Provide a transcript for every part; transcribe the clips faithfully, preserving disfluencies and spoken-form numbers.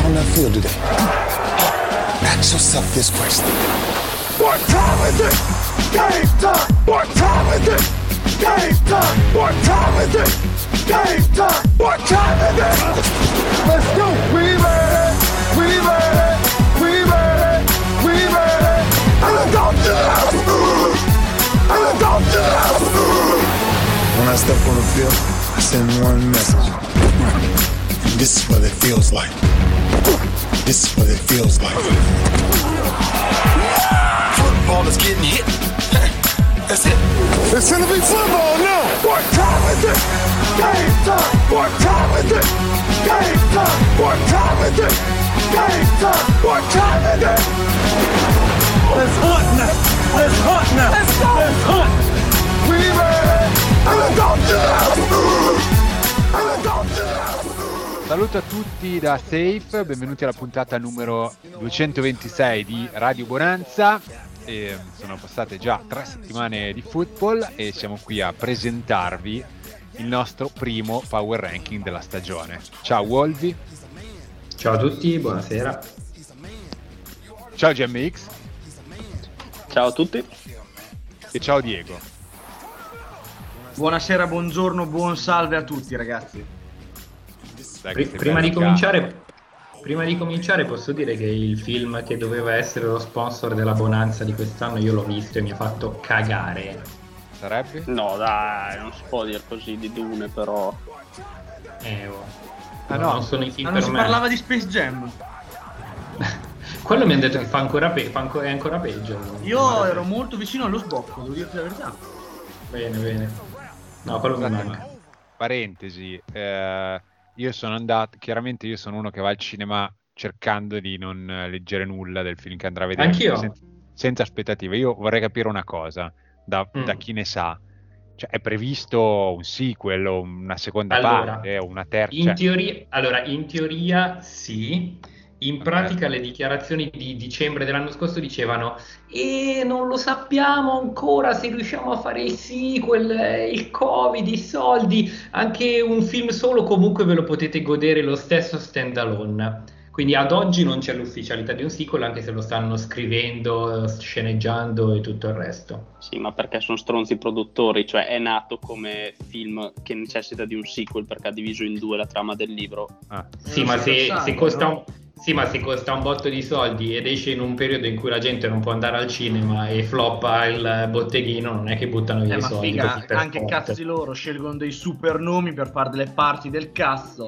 How do I feel today? Ask yourself this question. What time is it? Game time! What time is it? Game time! What time is it? Game time! What time is it? Let's go! We ready! We ready! We ready! We ready! I'm going to I'm going to When I step on the field, I send one message. This is what it feels like. This is what it feels like. Football is getting hit. That's it. It's gonna be football now. What time is it? Game time. What time is it? Game time. What time is it? Game time. What time is it? It's hot now. It's hot now. Let's go. It's hot. We ready? I'm going to I'm going to Saluto a tutti da Safe, benvenuti alla puntata numero duecentoventisei di Radio Bonanza. E sono passate già tre settimane di football e siamo qui a presentarvi il nostro primo Power Ranking della stagione. Ciao Wolvi. Ciao a tutti, buonasera. Ciao G M X. Ciao a tutti. E ciao Diego. Buonasera, buongiorno, buon salve a tutti ragazzi. Dai, prima di cominciare prima di cominciare posso dire che il film che doveva essere lo sponsor della Bonanza di quest'anno io l'ho visto e mi ha fatto cagare. Sarebbe? No dai, non si può dire così di Dune però. Eh oh. Ah, no, no. non sono i film Ma per non si me. parlava di Space Jam. Quello mi hanno detto che fa ancora pe- fa anco- è ancora peggio. Io ero molto vicino allo sbocco, devo dirti la verità. Bene, bene. No, quello mi manca. Parentesi, eh, io sono andato, chiaramente io sono uno che va al cinema cercando di non leggere nulla del film che andrà a vedere. Anch'io. Senza, senza aspettative. Io vorrei capire una cosa, da, Mm. da chi ne sa. Cioè, è previsto un sequel o una seconda Allora, parte o una terza? In Cioè, teoria, allora, in teoria sì. In pratica le dichiarazioni di dicembre dell'anno scorso dicevano e non lo sappiamo ancora se riusciamo a fare il sequel, eh, il Covid, i soldi, anche un film solo comunque ve lo potete godere lo stesso standalone. Quindi ad oggi non c'è l'ufficialità di un sequel, anche se lo stanno scrivendo, sceneggiando e tutto il resto. Sì, ma perché sono stronzi i produttori, cioè è nato come film che necessita di un sequel perché ha diviso in due la trama del libro. ah, Sì, Non ma so se, pensare, se costa no? un, sì, ma se costa un botto di soldi ed esce in un periodo in cui la gente non può andare al cinema e floppa il botteghino, non è che buttano via Eh, i ma soldi figa, così per anche sport. cazzi loro scelgono dei super nomi per fare delle parti del cazzo.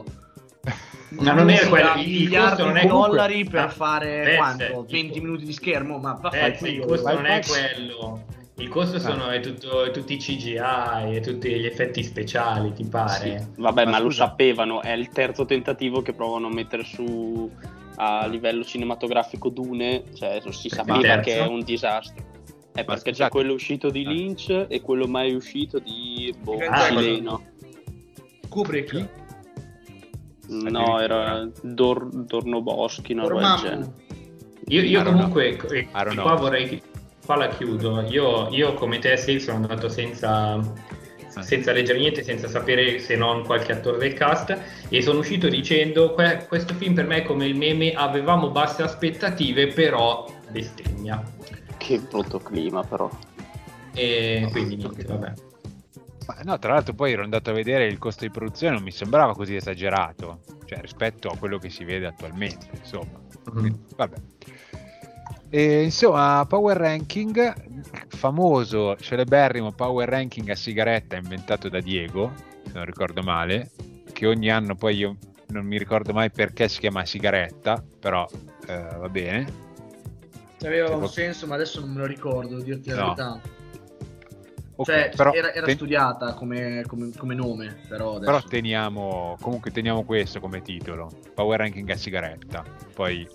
Ma non è Si quello, dà il- il miliardi costo non di è comunque- dollari per Ah, fare Pezze, quanto? il- venti minuti di schermo? Ma va a Eh, fare sì, il culo. costo non è Vai, vai. quello. Il costo sono è tutto, è tutti i C G I e tutti gli effetti speciali, ti pare? Sì, vabbè, Ma ma, lo scusa. sapevano, è il terzo tentativo che provano a mettere su a livello cinematografico Dune, cioè si sapeva terzo? che è un disastro. È Ma perché scusate. c'è quello uscito di Ah. Lynch e quello mai uscito di boh, Ah, cileno. Kubrick. No, era Dor- Dornoboschi, una roba del Dormammu. genere. Io, io I don't comunque, know. e I don't qua know. vorrei, qua la chiudo. Io, io come te, Steve, sono andato senza, senza leggere niente, senza sapere se non qualche attore del cast, e sono uscito dicendo: "Que- questo film per me è come il meme, avevamo basse aspettative, però bestemmia." Che brutto clima, però. E quindi niente, vabbè. ma no, tra l'altro poi ero andato a vedere il costo di produzione, non mi sembrava così esagerato, cioè rispetto a quello che si vede attualmente, insomma. Quindi, vabbè. E, insomma, Power Ranking, famoso, celeberrimo Power Ranking a sigaretta inventato da Diego, se non ricordo male, che ogni anno poi io non mi ricordo mai perché si chiama sigaretta, però eh, va bene. Aveva Tipo- un senso, ma adesso non me lo ricordo, devo dirti la No. verità. Ok, Cioè, però, era, era ten- studiata come, come, come nome, però adesso... però teniamo, comunque teniamo questo come titolo, Power Ranking a sigaretta, poi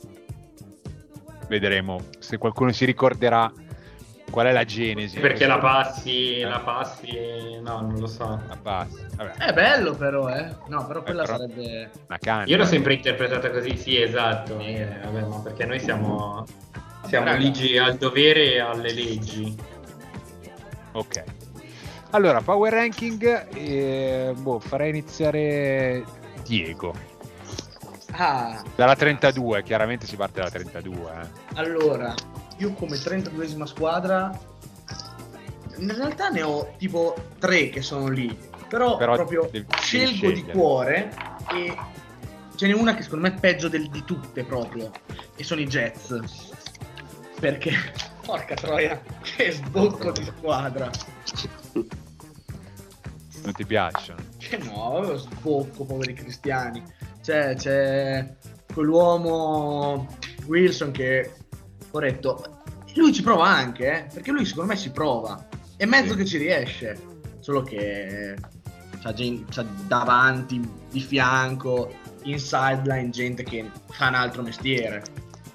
vedremo se qualcuno si ricorderà qual è la genesi. Perché la passi, Eh. la passi, no, non lo so. La passi, vabbè, È bello però, eh. No, però quella però- sarebbe... una canna. Io l'ho sempre interpretata così, sì, esatto. Eh, vabbè, ma perché noi siamo, siamo Raga. ligi al dovere e alle leggi. Ok. Allora, Power Ranking, eh, boh, farei iniziare Diego. Ah, Dalla trentadue, chiaramente si parte dalla trentadue. Eh. allora, io come trentaduesima squadra, in realtà ne ho tipo tre che sono lì, però, Però proprio devi- devi scelgo di scegliere. cuore e ce n'è una che secondo me è peggio del- di tutte proprio, e sono i Jets. Perché, porca troia, che sbocco di squadra. Non ti piacciono? Che no, avevo sbocco, poveri cristiani. C'è, c'è quell'uomo Wilson che, poretto, lui ci prova anche, eh, perché lui secondo me ci prova. È mezzo Sì. che ci riesce, solo che c'ha, gen- c'ha davanti, di fianco, in sideline, gente che fa un altro mestiere.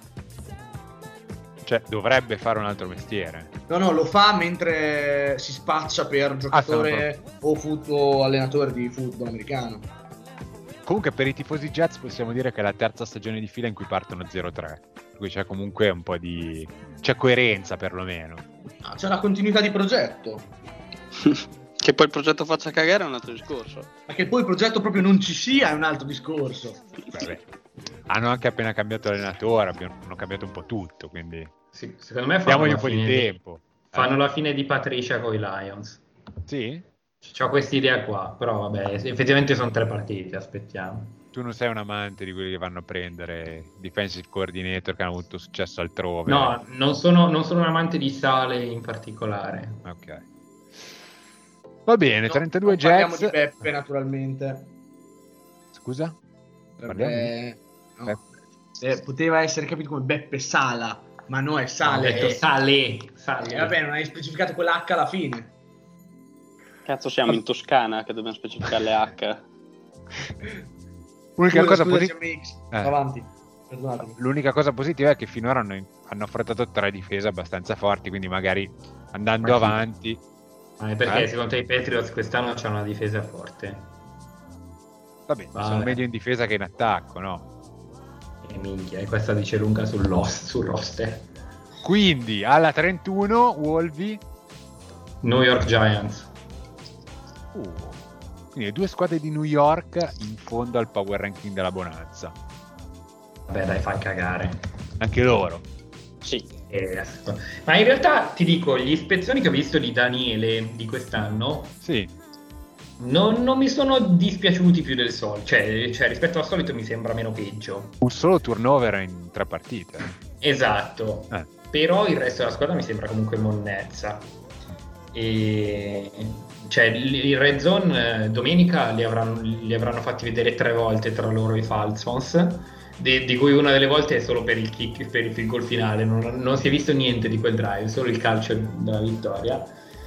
Cioè, dovrebbe fare un altro mestiere. No, no, lo fa mentre si spaccia per giocatore o, fut- o allenatore di football americano. Comunque per i tifosi Jets possiamo dire che è la terza stagione di fila in cui partono zero tre. Per cui c'è comunque un po' di... c'è coerenza perlomeno. Ah, c'è la continuità di progetto. Che poi il progetto faccia cagare è un altro discorso. Ma che poi il progetto proprio non ci sia è un altro discorso. Vabbè. Hanno anche appena cambiato allenatore, abbiano- hanno cambiato un po' tutto, quindi Sì, secondo me fanno diamogli la, un po' di fine tempo. fanno Eh. la fine di Patricia con i Lions. Sì? C'ho questa idea qua, però vabbè, effettivamente sono tre partite, aspettiamo. Tu non sei un amante di quelli che vanno a prendere defensive coordinator che hanno avuto successo altrove? No, non sono, non sono un amante di Sale in particolare. Ok. Va bene, No, trentadue non parliamo Jets. di Beppe, naturalmente. Scusa? Perché, no. Beppe? Eh, poteva essere capito come Beppe Sala, ma no, è Ho Sale. detto Sale, Sale. Eh, vabbè, non hai specificato quell'H alla fine. Cazzo, siamo in Toscana che dobbiamo specificare le H. L'unica, Scusa, cosa scusa, posi- C M X, Eh. avanti. Perdonatemi. L'unica cosa positiva è che finora hanno, hanno affrontato tre difese abbastanza forti, quindi magari andando Ma sì. avanti... Ma è perché Eh? secondo te i Patriots quest'anno hanno una difesa forte? Vabbè, Vabbè. sono meglio in difesa che in attacco, no? E minchia, e questa dice lunga sul, sul roster. Quindi alla trentuno Wolvi. New York Giants. Uh, quindi le due squadre di New York in fondo al power ranking della Bonanza. Vabbè dai, fai cagare. Anche loro. Sì. Eh, ma in realtà ti dico, gli ispezioni che ho visto di Daniele di quest'anno Sì. non, non mi sono dispiaciuti più del solito, cioè, cioè rispetto al solito mi sembra meno peggio. Un solo turnover in tre partite. Esatto, Eh. però il resto della squadra mi sembra comunque monnezza. E cioè il il red zone eh, domenica li avranno, li avranno fatti vedere tre volte tra loro i Falcons, di, di cui una delle volte è solo per il kick, per il field goal finale. Non, non si è visto niente di quel drive, solo il calcio della vittoria.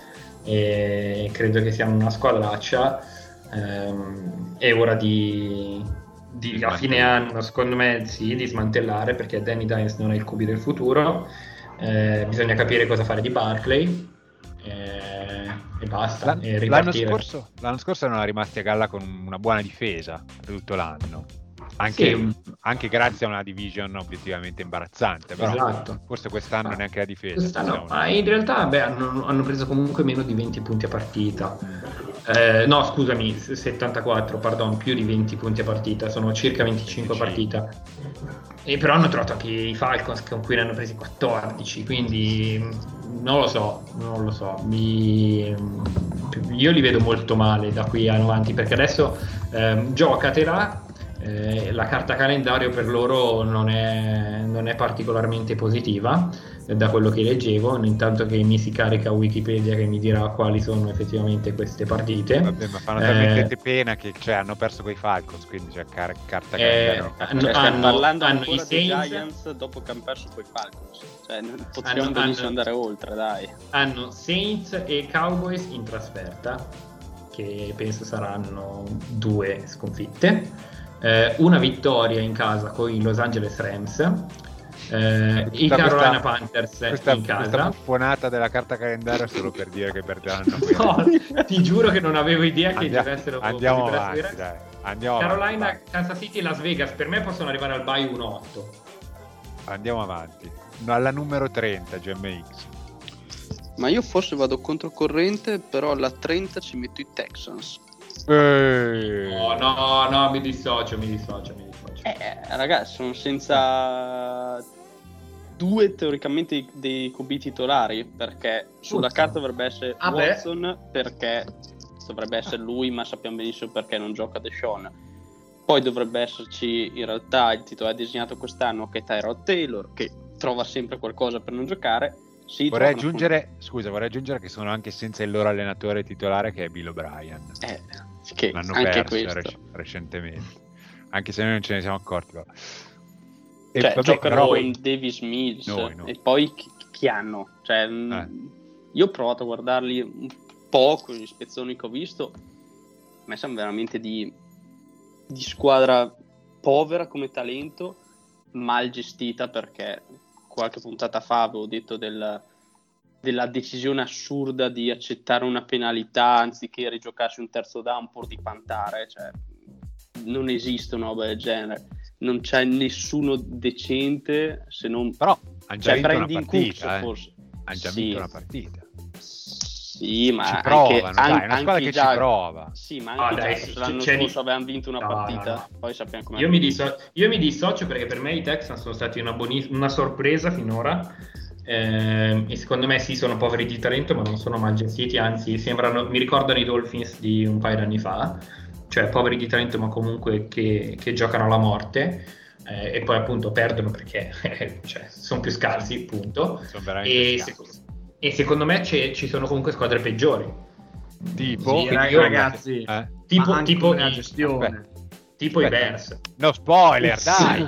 E credo che siano una squadraccia. Ehm, è ora di, di a fine anno, secondo me, sì, di smantellare, perché Danny Dimes non è il Q B del futuro. Eh, bisogna capire cosa fare di Barkley. Eh, e basta. L'an- e l'anno, ripartire. scorso, l'anno scorso erano rimasti a galla con una buona difesa per tutto l'anno. Anche, Sì. anche grazie a una division obiettivamente imbarazzante, però Esatto. forse quest'anno Ah, neanche la difesa. Quest'anno, diciamo. ma in realtà beh, hanno, hanno preso comunque meno di venti punti a partita. Eh, no, scusami, settantaquattro, pardon, più di venti punti a partita, sono circa venticinque a partita. E però hanno trovato anche i Falcons con cui ne hanno presi quattordici, quindi mh, non lo so, non lo so. Mi- io li vedo molto male da qui in avanti, perché adesso ehm, gioca Terà. Eh, la carta calendario per loro non è, non è particolarmente positiva, eh, da quello che leggevo, intanto che mi si carica Wikipedia che mi dirà quali sono effettivamente queste partite. Vabbè, ma fanno Eh, talmente pena che cioè, hanno perso coi Falcons, quindi c'è car- carta Eh, calendario. hanno- Cioè, stiamo hanno- parlando hanno ancora i dei Saints. Giants dopo che hanno perso quei Falcons. Cioè, non possiamo Hanno- benissimo hanno- andare oltre, dai. Hanno Saints e Cowboys in trasferta, che penso saranno due sconfitte. Eh, una vittoria in casa con i Los Angeles Rams, eh, i Tutta Carolina questa- Panthers Questa, in questa casa. buffonata della carta calendario è solo per dire che perderanno. quindi. No, ti giuro che non avevo idea che Andia- giocassero andiamo così avanti, presto. dai. Andiamo Carolina, avanti. Kansas City e Las Vegas per me possono arrivare al bye uno otto. Andiamo avanti. No, alla numero trenta, G M X. Ma io forse vado controcorrente, però alla trenta ci metto i Texans. Eh, No, no, no, mi dissocio, mi dissocio, mi dissocio. Eh, ragazzi, sono senza due teoricamente dei Q B titolari, perché sulla Tutto. carta dovrebbe essere Ah, Watson, beh. perché dovrebbe essere lui, ma sappiamo benissimo perché non gioca Deshaun. Poi dovrebbe esserci in realtà il titolare designato quest'anno, che è Tyrod Taylor, che trova sempre qualcosa per non giocare. Si Vorrei trovano aggiungere, scusa, vorrei aggiungere che sono anche senza il loro allenatore titolare, che è Bill O'Brien. Eh, che L'hanno anche perso questo. rec- recentemente, anche se noi non ce ne siamo accorti. Però. E Cioè, vabbè, giocano però- con Davis Mills Noi, noi. e poi chi, chi hanno? Cioè, mh, Eh. io ho provato a guardarli un po' con gli spezzoni che ho visto. A me sembra veramente di, di squadra povera come talento, mal gestita, perché qualche puntata fa avevo detto del, della decisione assurda di accettare una penalità anziché rigiocarsi un terzo down pur di pantare. Cioè, non esiste una roba del genere. Non c'è nessuno decente, se non però hanno già c'è vinto una Brandon Cooks, partita, eh. forse. Hanno già Sì. vinto una partita. Sì, ma Ci anche, provano, dai, an- è una squadra anche che i ci Jag- prova. Sì, ma Ah, anche dai, i Jaguars l'anno c'è- scorso avevano vinto una no, partita, no, no. poi sappiamo come Io mi, disso- io mi dissocio perché per me i Texans sono stati una, boni- una sorpresa finora. Ehm, e secondo me sì, sono poveri di talento, ma non sono mal gestiti, anzi sembrano, mi ricordano i Dolphins di un paio di anni fa, cioè poveri di talento ma comunque che, che giocano alla morte, eh, e poi appunto perdono perché cioè, sono più scarsi, punto. Sono veramente E, scarsi. sec- e secondo me c'è- ci sono comunque squadre peggiori, Tipo, Sì, Quindi rag- io- ragazzi, eh? tipo, ma anche tipo nella i, gestione. Aspetta. tipo i Aspetta. Bears. No spoiler, dai.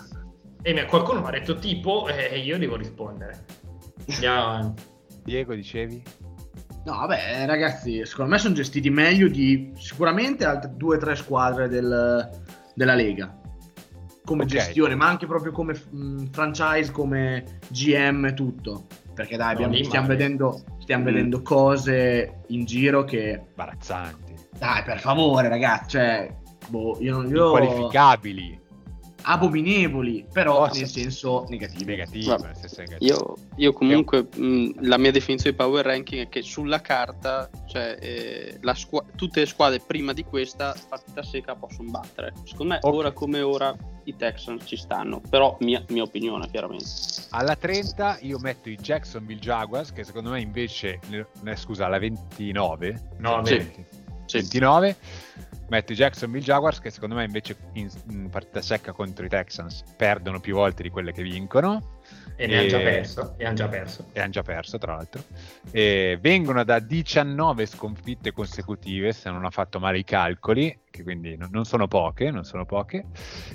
E mi- qualcuno mi ha detto tipo e io devo rispondere. Andiamo avanti. Diego, dicevi? No, vabbè, ragazzi, secondo me sono gestiti meglio di sicuramente altre due o tre squadre del- della Lega. Come Ok. gestione, ma anche proprio come mh, franchise, come G M, tutto. Perché dai, No, abbiamo- lì stiamo, male. vedendo, stiamo Mm. vedendo cose in giro che... Barazzanti, Dai, per favore, ragazzi, cioè... Boh, io non... Io... inqualificabili, abominevoli, però Cosa? nel senso negativo. negativi, Vabbè, nel senso negativo. Io, io comunque mh, la mia definizione di power ranking è che sulla carta, cioè, eh, la squa- tutte le squadre prima di questa partita secca possono battere. Secondo me Ok. ora come ora i Texans ci stanno, però mia, mia opinione chiaramente. Alla trenta io metto i Jacksonville Jaguars, che secondo me invece, eh, scusa, alla ventinove, No, Sì. venti. Sì. ventinove metto i Jacksonville Jaguars, che secondo me invece in, in partita secca contro i Texans perdono più volte di quelle che vincono, E ne hanno già E- perso. E hanno già perso. e hanno già perso tra l'altro, e vengono da diciannove sconfitte consecutive, se non ho fatto male i calcoli, che quindi non, non sono poche, non sono poche,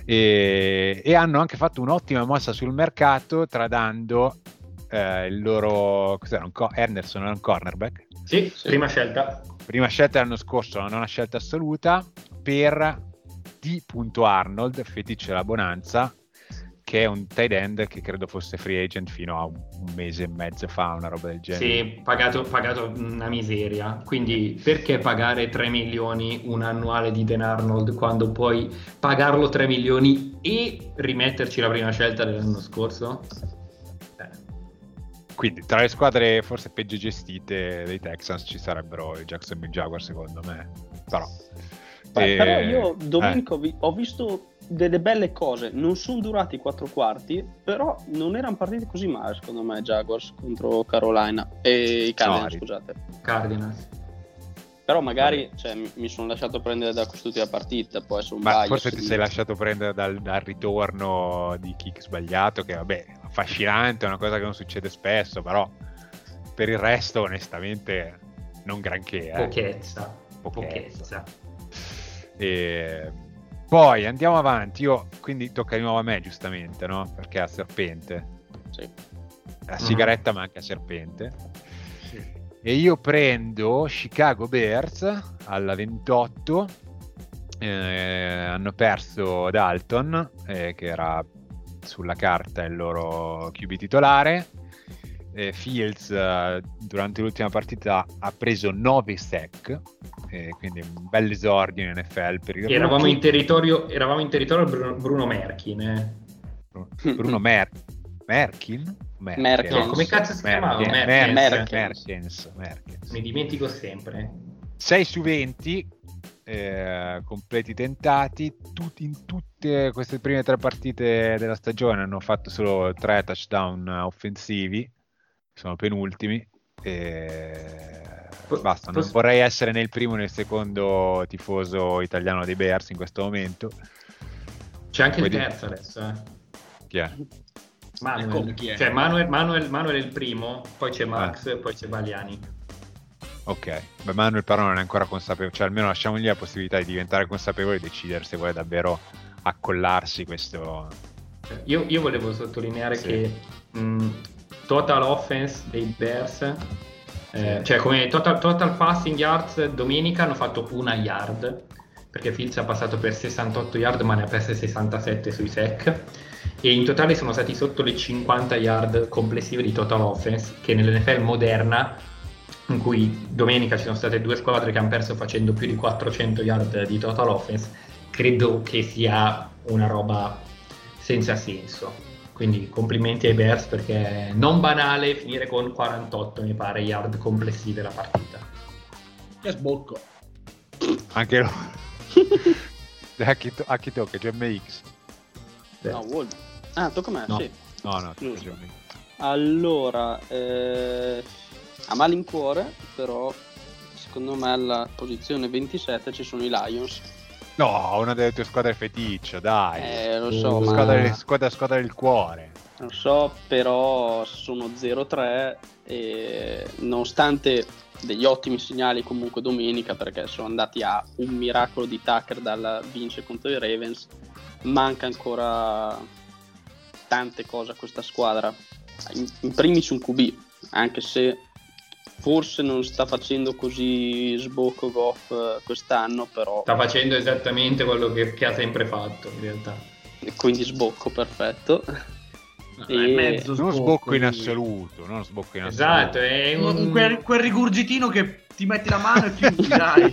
e, e hanno anche fatto un'ottima mossa sul mercato tradando eh, il loro, cos'era, un co- Henderson era un cornerback, Sì, Sì. prima scelta. prima scelta l'anno scorso, non una scelta assoluta, per D. Arnold, feticcio la bonanza, che è un tight end che credo fosse free agent fino a un, un mese e mezzo fa, una roba del genere. Sì, pagato, pagato una miseria. Quindi perché pagare tre milioni un annuale di Dan Arnold quando puoi pagarlo tre milioni e rimetterci la prima scelta dell'anno scorso? Eh. Quindi tra le squadre forse peggio gestite dei Texans ci sarebbero i Jacksonville Jaguars, secondo me. Però, Beh, eh, però io domenica eh, ho, vi- ho visto delle belle cose, non sono durati quattro quarti, però non erano partiti così male secondo me Jaguars contro Carolina e i Cardinals, No, scusate. Cardinals. Però magari cioè, mi, mi sono lasciato prendere da quest'ultima partita, può essere un ma bias. forse ti di- sei lasciato prendere dal, dal ritorno di kick sbagliato, che vabbè, affascinante, è una cosa che non succede spesso, però per il resto onestamente non granché. Eh. Pochezza. Pochezza. Pochezza. E poi andiamo avanti. Io quindi tocca di nuovo a me, giustamente, no? Perché è a serpente. Sì. La Mhm. sigaretta ma anche a serpente. E io prendo Chicago Bears alla ventotto. Eh, hanno perso Dalton, eh, che era sulla carta il loro Q B titolare. Eh, Fields eh, durante l'ultima partita ha preso nove sack, eh, quindi un bel esordio in N F L per il Eravamo rookie. in territorio, eravamo in territorio Bruno, Bruno Merkin. Eh. Bruno Mer- Merkin? Merkin. Merkins. No, come cazzo si chiamava? Merkins. Merkins. Merkins. Merkins. Merkins. Mi dimentico sempre. sei su venti, eh, completi tentati. Tutti, in tutte queste prime tre partite della stagione hanno fatto solo tre touchdown offensivi, sono penultimi. E... basta, non vorrei essere né il primo né il secondo tifoso italiano dei Bears in questo momento. C'è anche Poi il terzo di... adesso, eh. Chi è? Manuel. Chi è? Cioè Manuel, Manuel, Manuel è il primo, poi c'è Max, ah. poi c'è Valiani. Ok, beh, Manuel però non è ancora consapevole, cioè almeno lasciamogli la possibilità di diventare consapevole e decidere se vuole davvero accollarsi questo. Io, io volevo sottolineare sì. che mh, total offense dei Bears, eh, sì. cioè come total, total passing yards domenica hanno fatto una yard, perché Fields ha passato per sessantotto yard ma ne ha perse sessantasette sui sack, e in totale sono stati sotto le cinquanta yard complessive di total offense, che nell'N F L moderna, in cui domenica ci sono state due squadre che hanno perso facendo più di quattrocento yard di total offense, credo che sia una roba senza senso. Quindi complimenti ai Bears, perché è non banale finire con quarantotto, mi pare, yard complessive la partita. Che sbocco. Anche lo... a, chi to- a chi tocca? G M X? No, Wolf. Ah, tocca a me, no. sì. No, no, tocca G M X. Allora, eh... a malincuore, però secondo me alla posizione ventisette ci sono i Lions. No, una delle tue squadre feticcio, dai. Eh, lo so, uh, ma... squadra, squadra, squadra del cuore. Lo so, però sono zero tre e nonostante degli ottimi segnali comunque domenica, perché sono andati a un miracolo di Tucker dal vincere contro i Ravens, manca ancora tante cose a questa squadra. In, in primis un Q B, anche se forse non sta facendo così sbocco Goff quest'anno, però sta facendo esattamente quello che, che ha sempre fatto in realtà, e quindi sbocco perfetto. No, e... è mezzo non sbocco, sbocco in quindi... assoluto, non sbocco in esatto, assoluto. è un... un... quel, quel rigurgitino che ti metti la mano e chiudi, dai.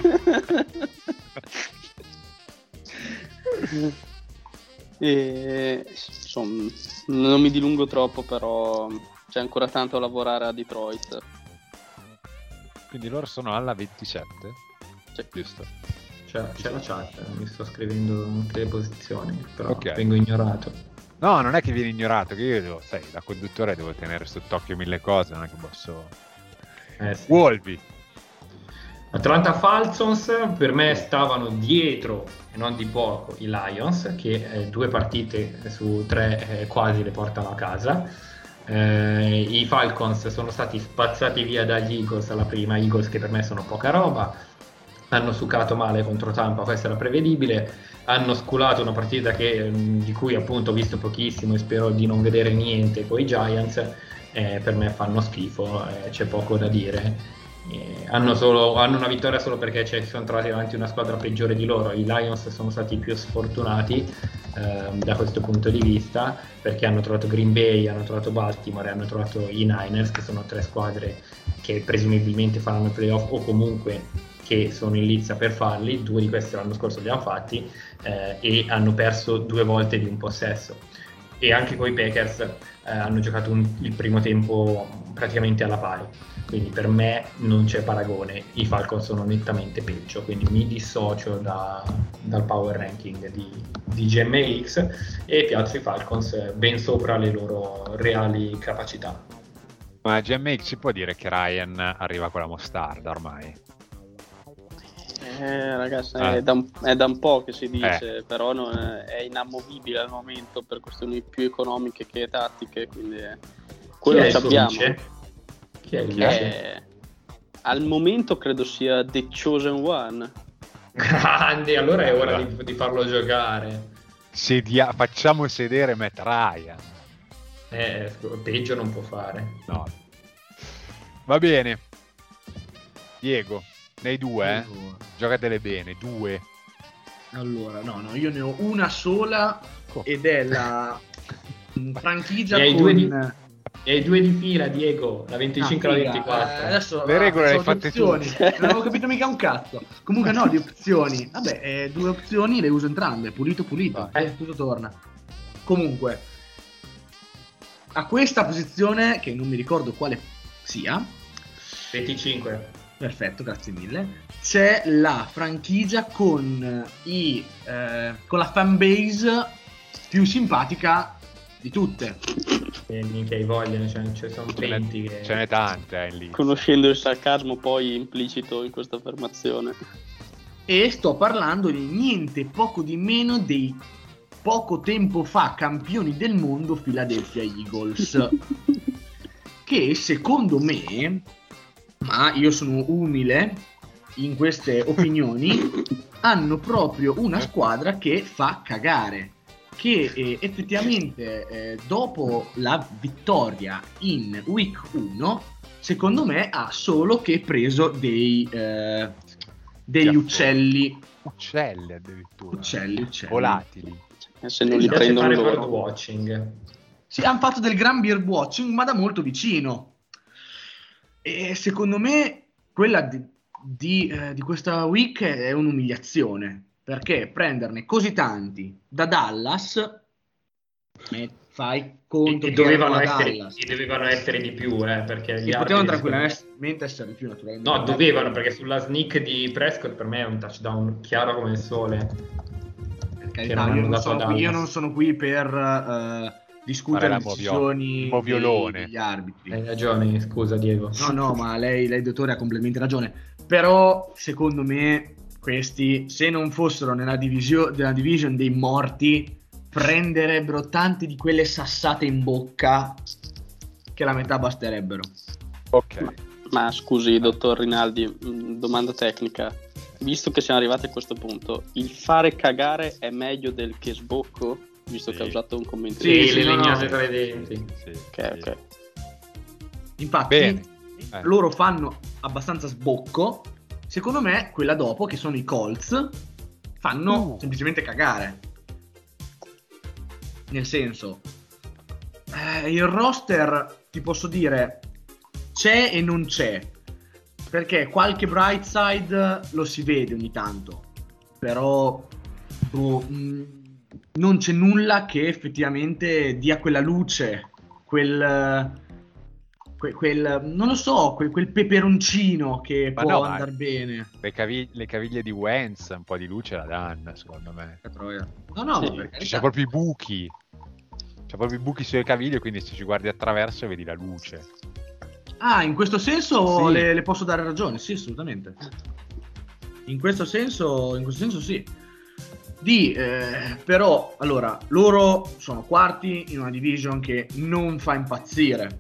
E, insomma, non mi dilungo troppo, però c'è ancora tanto a lavorare a Detroit. Quindi loro sono alla ventisette? Sì. Giusto. C'è, c'è la chat, mi sto scrivendo tutte le posizioni, però okay. vengo ignorato. No, non è che viene ignorato, che io devo, sai, da conduttore devo tenere sott'occhio mille cose, non è che posso... Eh, sì. Wolvi. Atlanta Falcons per me stavano dietro, e non di poco, i Lions, che eh, due partite su tre eh, quasi le portano a casa. Eh, i Falcons sono stati spazzati via dagli Eagles alla prima, Eagles che per me sono poca roba, hanno succato male contro Tampa, questo era prevedibile, hanno sculato una partita che, di cui appunto ho visto pochissimo e spero di non vedere niente con i Giants, eh, per me fanno schifo, eh, c'è poco da dire. Eh, hanno, solo, hanno una vittoria solo perché ci sono trovati davanti una squadra peggiore di loro. I Lions sono stati più sfortunati eh, da questo punto di vista, perché hanno trovato Green Bay, hanno trovato Baltimore e hanno trovato i Niners, che sono tre squadre che presumibilmente faranno i playoff o comunque che sono in lizza per farli. Due di questi l'anno scorso li hanno fatti, eh, e hanno perso due volte di un possesso. E anche con i Packers eh, hanno giocato un, il primo tempo praticamente alla pari, quindi per me non c'è paragone, i Falcons sono nettamente peggio, quindi mi dissocio da, dal power ranking di, di G M X e piazzo i Falcons ben sopra le loro reali capacità. Ma G M X si può dire che Ryan arriva con la mostarda ormai? Eh, ragazzi, ah. è, da un, è da un po' che si dice, eh. però non è, è inamovibile al momento per questioni più economiche che tattiche, quindi è, quello Chi è ci abbiamo. Chi è il eh, al momento credo sia The Chosen One. Grande, allora è ora di, di farlo giocare. Sedia- facciamo sedere Matt Ryan. Eh, peggio non può fare. No. Va bene. Diego, nei due, eh? Giocatele bene, due. Allora, no, no, io ne ho una sola oh. ed è la franchigia e con... due di, e due di fila, Diego, la venticinque e ah, la ventiquattro. Eh, adesso, le regole le hai fatte tu. Non avevo capito mica un cazzo. Comunque no, di opzioni. Vabbè, eh, due opzioni le uso entrambe, pulito pulito, ah, eh, tutto torna. Comunque, a questa posizione, che non mi ricordo quale sia, venticinque. Perfetto, grazie mille. C'è la franchigia con i eh, con la fanbase più simpatica di tutte. E mica hai voglia, cioè, ci sono Ce n'è, venti che... ce n'è tante eh, lì. Conoscendo il sarcasmo poi implicito in questa affermazione. E sto parlando di niente poco di meno dei poco tempo fa campioni del mondo Philadelphia Eagles. Che secondo me, ma io sono umile in queste opinioni, hanno proprio una squadra che fa cagare, che eh, effettivamente eh, dopo la vittoria in week uno, secondo me ha solo che preso dei eh, degli uccelli uccelli addirittura uccelli, uccelli. volatili, Se non li Esatto. prendono fare loro. bird watching. Sì, hanno fatto del gran beer watching, ma da molto vicino. E secondo me quella di, di, eh, di questa week è un'umiliazione, perché prenderne così tanti da Dallas, e fai conto E, e che dovevano erano a essere, Dallas. e dovevano essere di più, eh, perché gli E altri... potevano tranquillamente essere di più, naturalmente. No, dovevano, perché sulla sneak di Prescott per me è un touchdown chiaro come il sole. Per che carità, non io, hanno non dato sono a qui, io Dallas. non sono qui per eh, discutere Fare le la movio- decisioni il moviolone. dei- degli arbitri. Hai ragione, scusa Diego. No, no, ma lei, lei dottore ha completamente ragione. Però, secondo me, questi, se non fossero nella, divisio- nella division dei morti, prenderebbero tante di quelle sassate in bocca che la metà basterebbero. ok. Ma scusi, dottor Rinaldi, mh, domanda tecnica. Visto che siamo arrivati a questo punto, il fare cagare è meglio del che sbocco? Visto Sì. che ha usato un commento. Sì, Sì, le no, no. legnate tra i denti. Sì, Ok, sì. ok. Infatti, Bene. Eh. loro fanno abbastanza sbocco. Secondo me, quella dopo, che sono i Colts, fanno Uh. semplicemente cagare. Nel senso, eh, il roster, ti posso dire, c'è e non c'è. Perché qualche bright side lo si vede ogni tanto. Però, boh, mh, non c'è nulla che effettivamente dia quella luce, quel... Que- quel, non lo so, quel, quel peperoncino che Ma può no, ma- andare bene. Le, cavi- le caviglie di Wentz un po' di luce la danno, secondo me. No, no, Sì, ma per Ci carità. sono proprio i buchi. C'è proprio i buchi sulle caviglie, quindi se ci guardi attraverso vedi la luce. Ah, in questo senso Sì. le, le posso dare ragione, sì, assolutamente. In questo senso, in questo senso sì. Di, eh, però, allora, loro sono quarti in una division che non fa impazzire.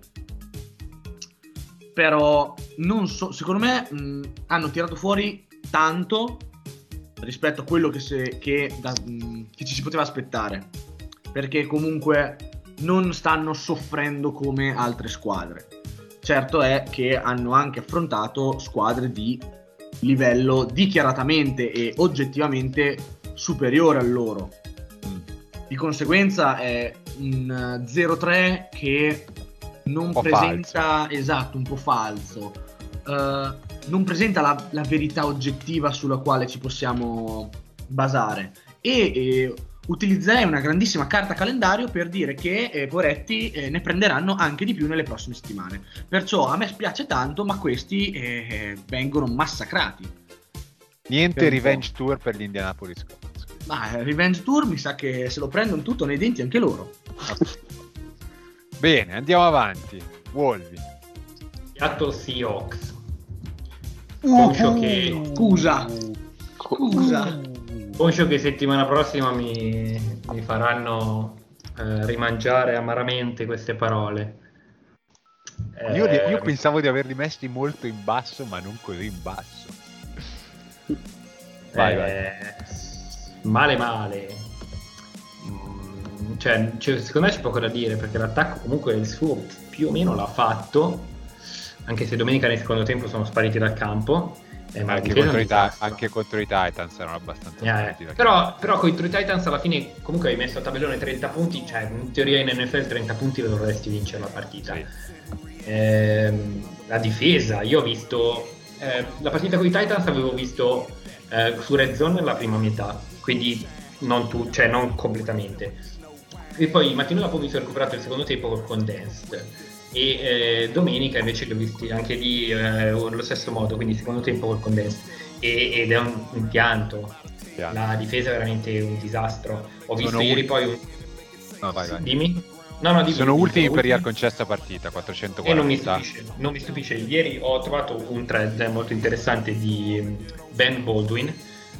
Però, non so, secondo me mh, hanno tirato fuori tanto rispetto a quello che, se, che, da, mh, che ci si poteva aspettare. Perché comunque non stanno soffrendo come altre squadre. Certo è che hanno anche affrontato squadre di livello dichiaratamente e oggettivamente superiore a loro. Di conseguenza è un zero tre che non po' presenta, esatto, un po' falso. Uh, non presenta la, la verità oggettiva sulla quale ci possiamo basare. E, e utilizzerei una grandissima carta calendario per dire che eh, Poretti eh, ne prenderanno anche di più nelle prossime settimane. Perciò a me spiace tanto, ma questi eh, vengono massacrati. Niente Per un revenge tour per gli Indianapolis Colts. Ma eh, Revenge Tour mi sa che se lo prendono tutto nei denti anche loro. Bene, andiamo avanti. Wolvi. Seattle Seahawks. Uh, Conscio che, Scusa, scusa. conscio che settimana prossima mi, mi faranno eh, rimangiare amaramente queste parole. Io, li- io Eh, pensavo di averli messi molto in basso, ma non così in basso. Vai, vai. eh, male male. Mm, Cioè, cioè, secondo me c'è poco da dire, perché l'attacco comunque il suo più o meno l'ha fatto, anche se domenica nel secondo tempo sono spariti dal campo. Eh, ma la Anche difesa contro, è i un Ti- disastro. anche contro i Titans erano abbastanza Eh, forti da però, però con i Titans alla fine comunque hai messo a tabellone trenta punti, cioè in teoria in N F L trenta punti dovresti vincere la partita. Sì. Ehm, la difesa, io ho visto eh, la partita con i Titans, avevo visto eh, su Red Zone la prima metà, quindi non tu, cioè non completamente, e poi il mattino dopo ho visto recuperato il secondo tempo col condensed. e eh, domenica invece li ho visti anche lì eh, allo stesso modo, quindi secondo tempo col condensed, e, ed è un, un pianto. Piano. La difesa è veramente un disastro. Ho visto Sono ieri ultimi. poi un... No, vai, vai. Dimmi? No, no, dimmi, Sono dimmi, ultimi sono per ultimi. yard concessa partita, quattrocentoquaranta. E non mi stupisce, non mi stupisce. Ieri ho trovato un thread molto interessante di Ben Baldwin,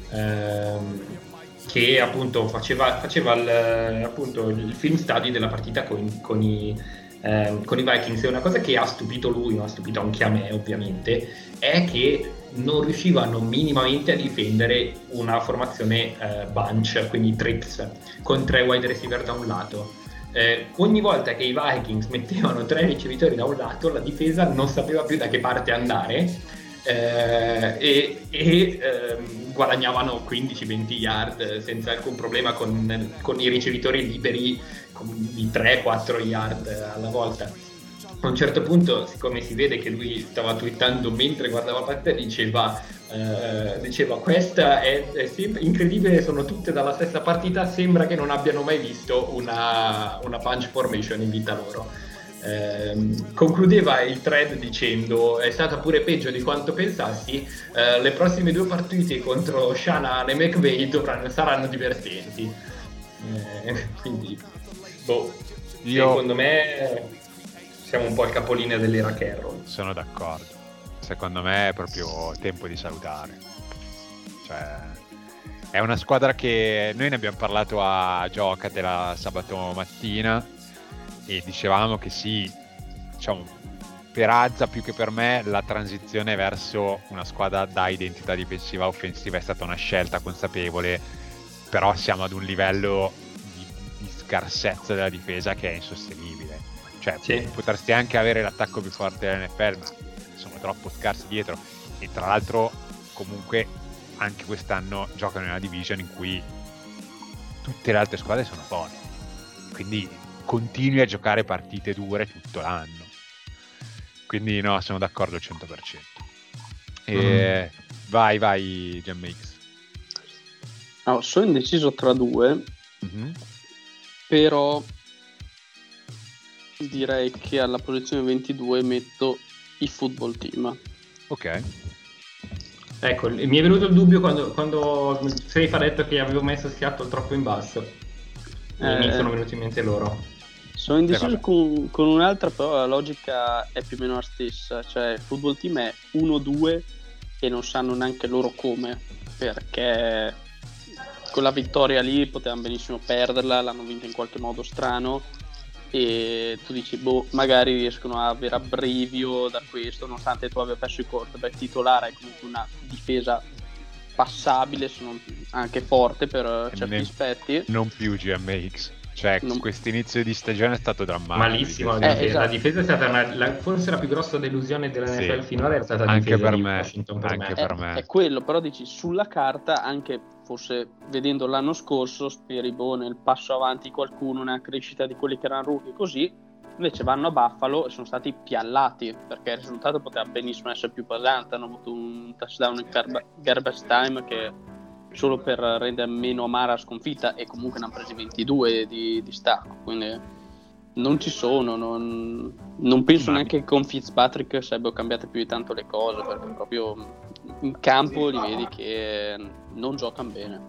ehm, che appunto faceva, faceva il, appunto il film study della partita con, con, i, ehm, con i Vikings, e una cosa che ha stupito lui, ma ha stupito anche a me ovviamente, è che non riuscivano minimamente a difendere una formazione eh, bunch, quindi trips, con tre wide receiver da un lato. Eh, ogni volta che i Vikings mettevano tre ricevitori da un lato, la difesa non sapeva più da che parte andare, eh, e, e ehm, guadagnavano quindici venti yard senza alcun problema con, con i ricevitori liberi con, di tre quattro yard alla volta. A un certo punto, siccome si vede che lui stava twittando mentre guardava la partita, diceva eh, diceva questa è, è sempre incredibile, sono tutte dalla stessa partita, sembra che non abbiano mai visto una, una punch formation in vita loro. Eh, concludeva il thread dicendo: è stata pure peggio di quanto pensassi, eh, le prossime due partite contro Shanahan e McVay dovranno, saranno divertenti. Eh, quindi boh, Io... secondo me siamo un po' il capolinea dell'era Carroll. Sono d'accordo. Secondo me è proprio tempo di salutare. Cioè, è una squadra che noi ne abbiamo parlato a Giocatela sabato mattina e dicevamo che sì, diciamo, per Azza più che per me la transizione verso una squadra da identità difensiva offensiva è stata una scelta consapevole, però siamo ad un livello di, di scarsezza della difesa che è insostenibile. Cioè, sì, potresti anche avere l'attacco più forte dell'N F L, ma sono troppo scarsi dietro. E tra l'altro, comunque, anche quest'anno giocano in una division in cui tutte le altre squadre sono forti. Quindi continui a giocare partite dure tutto l'anno. Quindi no, sono d'accordo al cento per cento. E mm. Vai, vai, G M X. No, sono indeciso tra due, mm-hmm. però... direi che alla posizione ventidue metto i football team. Ok. Ecco, mi è venuto il dubbio quando, quando Safe ha detto che avevo messo Seattle troppo in basso. Eh, mi sono venuti in mente loro. Sono indeciso eh, con, con un'altra, però la logica è più o meno la stessa. Cioè, il football team è uno due e non sanno neanche loro come, perché quella vittoria lì potevano benissimo perderla, l'hanno vinta in qualche modo strano. E tu dici, boh, magari riescono a avere abbrivio da questo, nonostante tu abbia perso il quarterback titolare. È comunque una difesa passabile, sono anche forte per certi ne, aspetti. Non più G M X, cioè non... quest'inizio di stagione è stato drammatico. Malissimo, la difesa, eh, esatto. La difesa è stata una, la, forse la più grossa delusione dell'N F L sì. finora è stata la anche difesa per di me, Washington per anche me. per è, me. È quello, però dici, sulla carta, anche forse vedendo l'anno scorso, speri boh, nel passo avanti qualcuno, una crescita di quelli che erano rookie, così. Invece vanno a Buffalo e sono stati piallati, perché il risultato poteva benissimo essere più pesante. Hanno avuto un touchdown in garb- garbage time che solo per rendere meno amara la sconfitta, e comunque ne hanno presi ventidue di, di stacco, quindi non ci sono, non, non penso neanche che con Fitzpatrick sarebbero cambiate più di tanto le cose, perché proprio in campo li vedi che non giocano bene.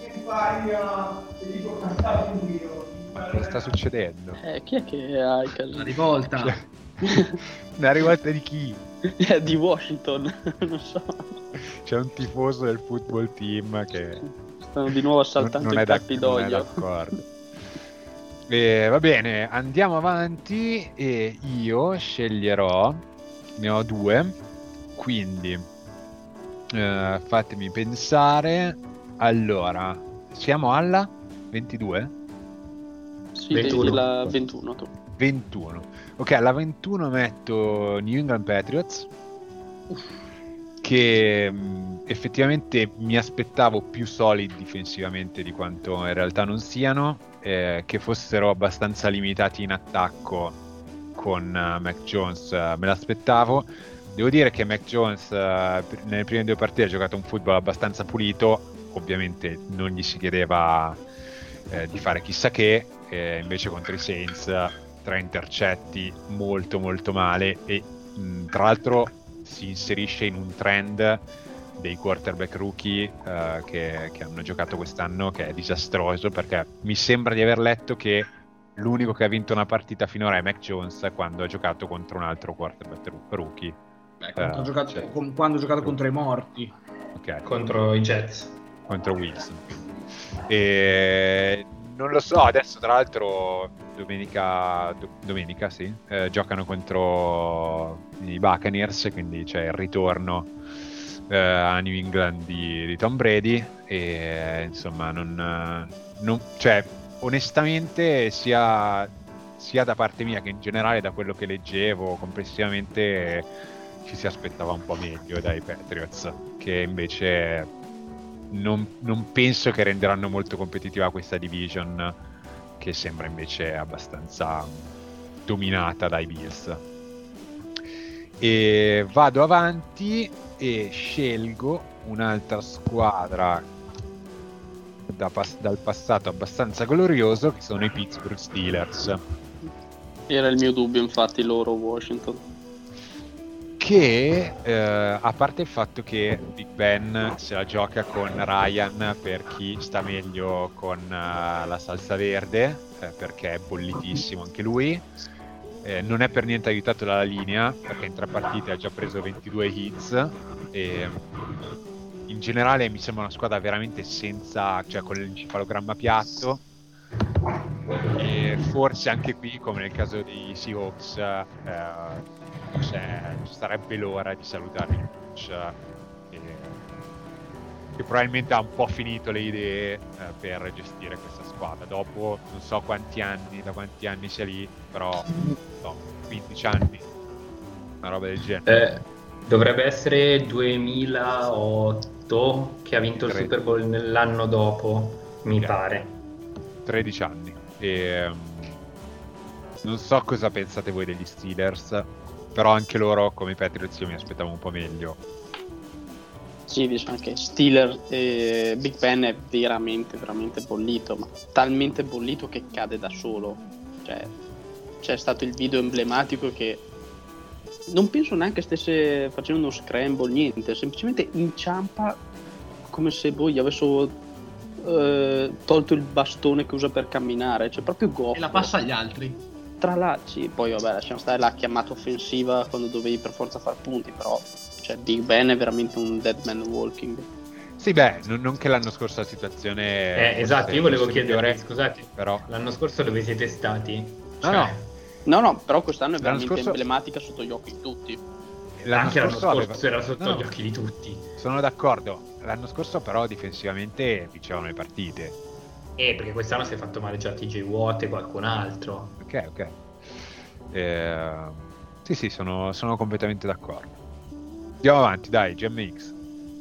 Ma cosa sta succedendo? Eh, chi è che ha il caso? La rivolta. La rivolta di chi? Eh, di Washington, non so. C'è un tifoso del football team che stanno di nuovo assaltando il Campidoglio. Non è d'accordo. E, va bene, andiamo avanti e io sceglierò, ne ho due, quindi eh, fatemi pensare. Allora, siamo alla ventidue? Sì, ventuno. La ventuno tu. ventuno. Ok, alla ventuno metto New England Patriots. Uff. Che mh, effettivamente mi aspettavo più solidi difensivamente di quanto in realtà non siano, eh, che fossero abbastanza limitati in attacco con uh, Mac Jones, uh, me l'aspettavo. Devo dire che Mac Jones uh, nelle prime due partite ha giocato un football abbastanza pulito, ovviamente non gli si chiedeva eh, di fare chissà che, eh, invece contro i Saints tre intercetti molto molto male e mh, tra l'altro si inserisce in un trend dei quarterback rookie uh, che, che hanno giocato quest'anno, che è disastroso, perché mi sembra di aver letto che l'unico che ha vinto una partita finora è Mac Jones quando ha giocato contro un altro quarterback rookie. Beh, quando, uh, ha giocato, cioè, con, quando ha giocato contro i morti. Okay. Contro i Jets. Contro Wilson. E non lo so, adesso tra l'altro domenica, do, domenica sì, eh, giocano contro i Buccaneers, quindi c'è il ritorno eh, a New England di, di Tom Brady e insomma non, non cioè onestamente sia, sia da parte mia che in generale da quello che leggevo complessivamente ci si aspettava un po' meglio dai Patriots, che invece non, non penso che renderanno molto competitiva questa division, che sembra invece abbastanza dominata dai Bills. E vado avanti e scelgo un'altra squadra da pas- dal passato abbastanza glorioso, che sono i Pittsburgh Steelers. Era il mio dubbio, infatti, loro Washington. Che eh, a parte il fatto che Big Ben se la gioca con Ryan per chi sta meglio con uh, la salsa verde, eh, perché è bollitissimo anche lui, eh, non è per niente aiutato dalla linea, perché in tre partite ha già preso ventidue hits e in generale mi sembra una squadra veramente senza, cioè con l'encefalogramma piatto, e forse anche qui, come nel caso dei Seahawks, eh, Cioè, ci sarebbe l'ora di salutare il coach che, che probabilmente ha un po' finito le idee eh, per gestire questa squadra dopo non so quanti anni, da quanti anni sia lì, però no, quindici anni, una roba del genere. Eh, dovrebbe essere duemilaotto che ha vinto il Tre- Super Bowl nell'anno dopo, mi Yeah. pare. tredici anni e um, non so cosa pensate voi degli Steelers, però anche loro come i Patriots io mi aspettavo un po' meglio. Sì, diciamo che Steelers e Big Ben è veramente, veramente bollito, ma talmente bollito che cade da solo. Cioè, c'è stato il video emblematico che non penso neanche stesse facendo uno scramble, niente, semplicemente inciampa come se boh, gli avessero eh, tolto il bastone che usa per camminare, cioè proprio goffo. E la passa agli altri. Tra l'altro, poi vabbè, lasciamo stare la chiamata offensiva quando dovevi per forza far punti, però cioè Big Ben è veramente un dead man walking. Sì, beh, non, non che l'anno scorso la situazione Eh, esatto, io volevo fosse chiedervi, migliore, scusate, però l'anno scorso dove siete stati? no, Cioè, no, No, no, però quest'anno è L'anno veramente scorso- emblematica sotto gli occhi di tutti. l'anno anche l'anno scorso scorso aveva- era sotto no, gli occhi di tutti. sono d'accordo, l'anno scorso però difensivamente vincevano le partite. Eh, perché quest'anno si è fatto male già T J Watt e qualcun altro. Ok, ok. Eh, sì, sì, sono, sono completamente d'accordo. Andiamo avanti, dai, G M X.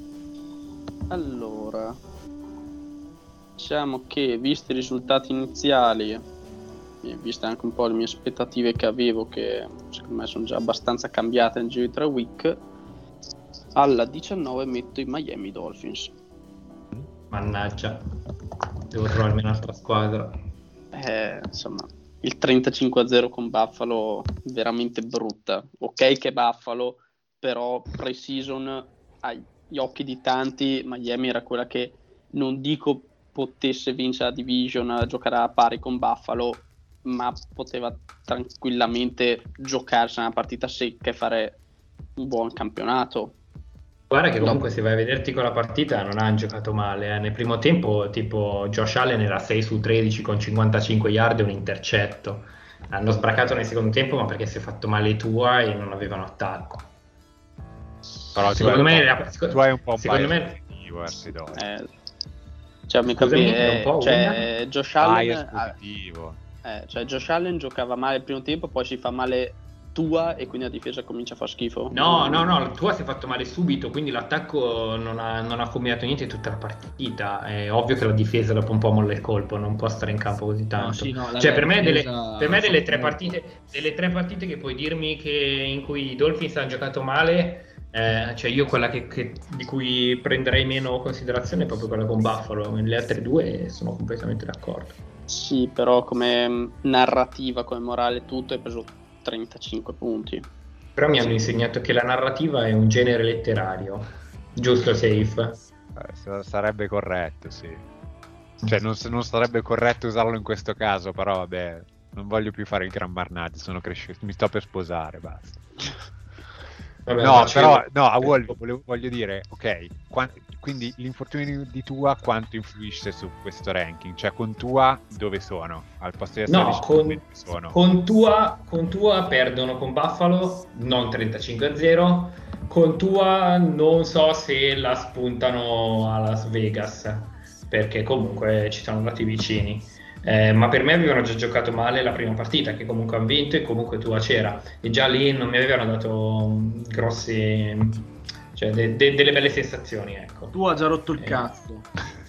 Allora, diciamo che visti i risultati iniziali e viste anche un po' le mie aspettative che avevo, che secondo me sono già abbastanza cambiate nel giro di tre week, alla diciannove metto i Miami Dolphins. Mannaggia, devo trovarmi un'altra squadra. Eh, insomma, il trentacinque a zero con Buffalo veramente brutta. Ok che Buffalo, però pre-season agli occhi di tanti Miami era quella che non dico potesse vincere la division, giocare a pari con Buffalo, ma poteva tranquillamente giocarsi una partita secca e fare un buon campionato. Guarda che comunque se vai a vederti con la partita non hanno giocato male, eh. Nel primo tempo tipo Josh Allen era sei su tredici con cinquantacinque yard e un intercetto. Hanno sbracato nel secondo tempo, ma perché si è fatto male Tua e non avevano attacco. Però Secondo tu hai me un la- po'- secondo- tu hai un po' un secondo bias me- positivo, Arsidoro. Eh, cioè, mi Scusami, capi- è un po' cioè, Josh Bias Allen, ah, positivo. eh, cioè Josh Allen giocava male il primo tempo, poi si fa male Tua e quindi la difesa comincia a far schifo. No, no, no, Tua si è fatto male subito, quindi l'attacco non ha, non ha combinato niente tutta la partita. È ovvio che la difesa dopo un po' molla il colpo, non può stare in campo così tanto. No, sì, no, la cioè, per me, delle, difesa per me fa delle, tre molto. partite, delle tre partite che puoi dirmi che in cui i Dolphins hanno giocato male, eh, cioè io quella che, che- di cui prenderei meno considerazione è proprio quella con Buffalo. Le altre due sono completamente d'accordo. Sì, però come narrativa, come morale tutto hai preso trentacinque punti. Però mi hanno insegnato che la narrativa è un genere letterario, giusto Safe? Eh, sarebbe corretto, sì. Cioè non, non sarebbe corretto usarlo in questo caso, però vabbè, non voglio più fare il gran Marnati, sono cresciuto, mi sto per sposare, basta. Vabbè, no, facevo... però, no, a Wolf volevo, voglio dire, ok, qua, quindi l'infortunio di Tua quanto influisce su questo ranking? Cioè con Tua dove sono? Al posto di essere no, con, sono? Con, Tua, con Tua perdono con Buffalo, non trentacinque a zero, con Tua non so se la spuntano a Las Vegas, perché comunque ci sono andati vicini. Eh, ma per me avevano già giocato male la prima partita, che comunque hanno vinto e comunque Tua c'era, e già lì non mi avevano dato grossi, cioè de- de- delle belle sensazioni, ecco. Tua ha già rotto il eh. cazzo.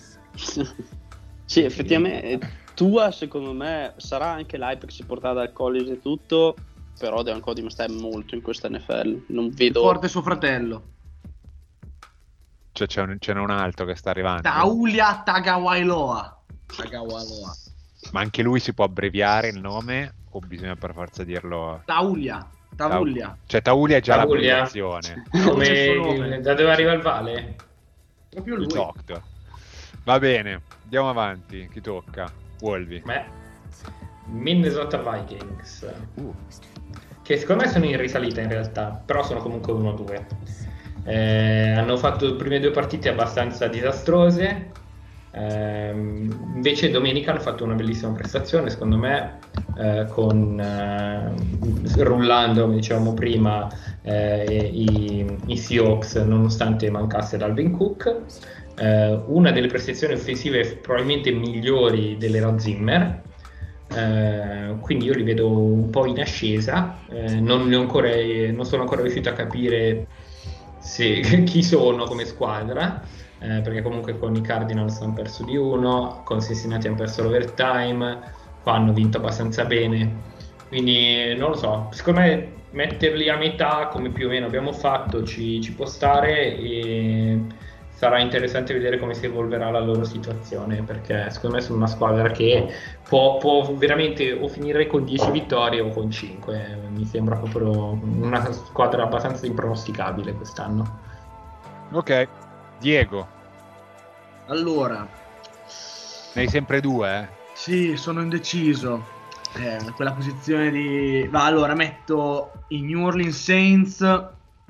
Sì, effettivamente Tua secondo me sarà anche l'hype che si porta dal college e tutto, però deve ancora dimostrare molto in questa N F L, non vedo... Forte suo fratello. Cioè c'è un, c'è un altro che sta arrivando. Taulia Tagovailoa. Tagovailoa. Ma anche lui si può abbreviare il nome o bisogna per forza dirlo? Taulia. Taulia. Cioè Taulia è già Taulia. l'abbreviazione. Come da dove arriva il Vale? Proprio Il lui. doctor. Va bene, andiamo avanti. Chi tocca? Wolvi. Beh, Minnesota Vikings. Uh. Che secondo me sono in risalita in realtà, però sono comunque uno due. Eh, hanno fatto le prime due partite abbastanza disastrose. Eh, invece domenica hanno fatto una bellissima prestazione secondo me, eh, con eh, rullando come dicevamo prima eh, i, i Seahawks nonostante mancasse Dalvin Cook, eh, una delle prestazioni offensive probabilmente migliori dell'era Zimmer, eh, quindi io li vedo un po' in ascesa, eh, non, ne ho ancora, non sono ancora riuscito a capire se, chi sono come squadra. Eh, perché comunque con i Cardinals hanno perso di uno, con Cincinnati hanno perso l'overtime, qua hanno vinto abbastanza bene, quindi non lo so, secondo me metterli a metà come più o meno abbiamo fatto ci, ci può stare, e sarà interessante vedere come si evolverà la loro situazione, perché secondo me sono una squadra che può, può veramente o finire con dieci vittorie o con cinque, mi sembra proprio una squadra abbastanza impronosticabile quest'anno. Ok, Diego. Allora, Ne hai sempre due, eh? sì, sono indeciso. Eh, quella posizione di... Va, allora, metto i New Orleans Saints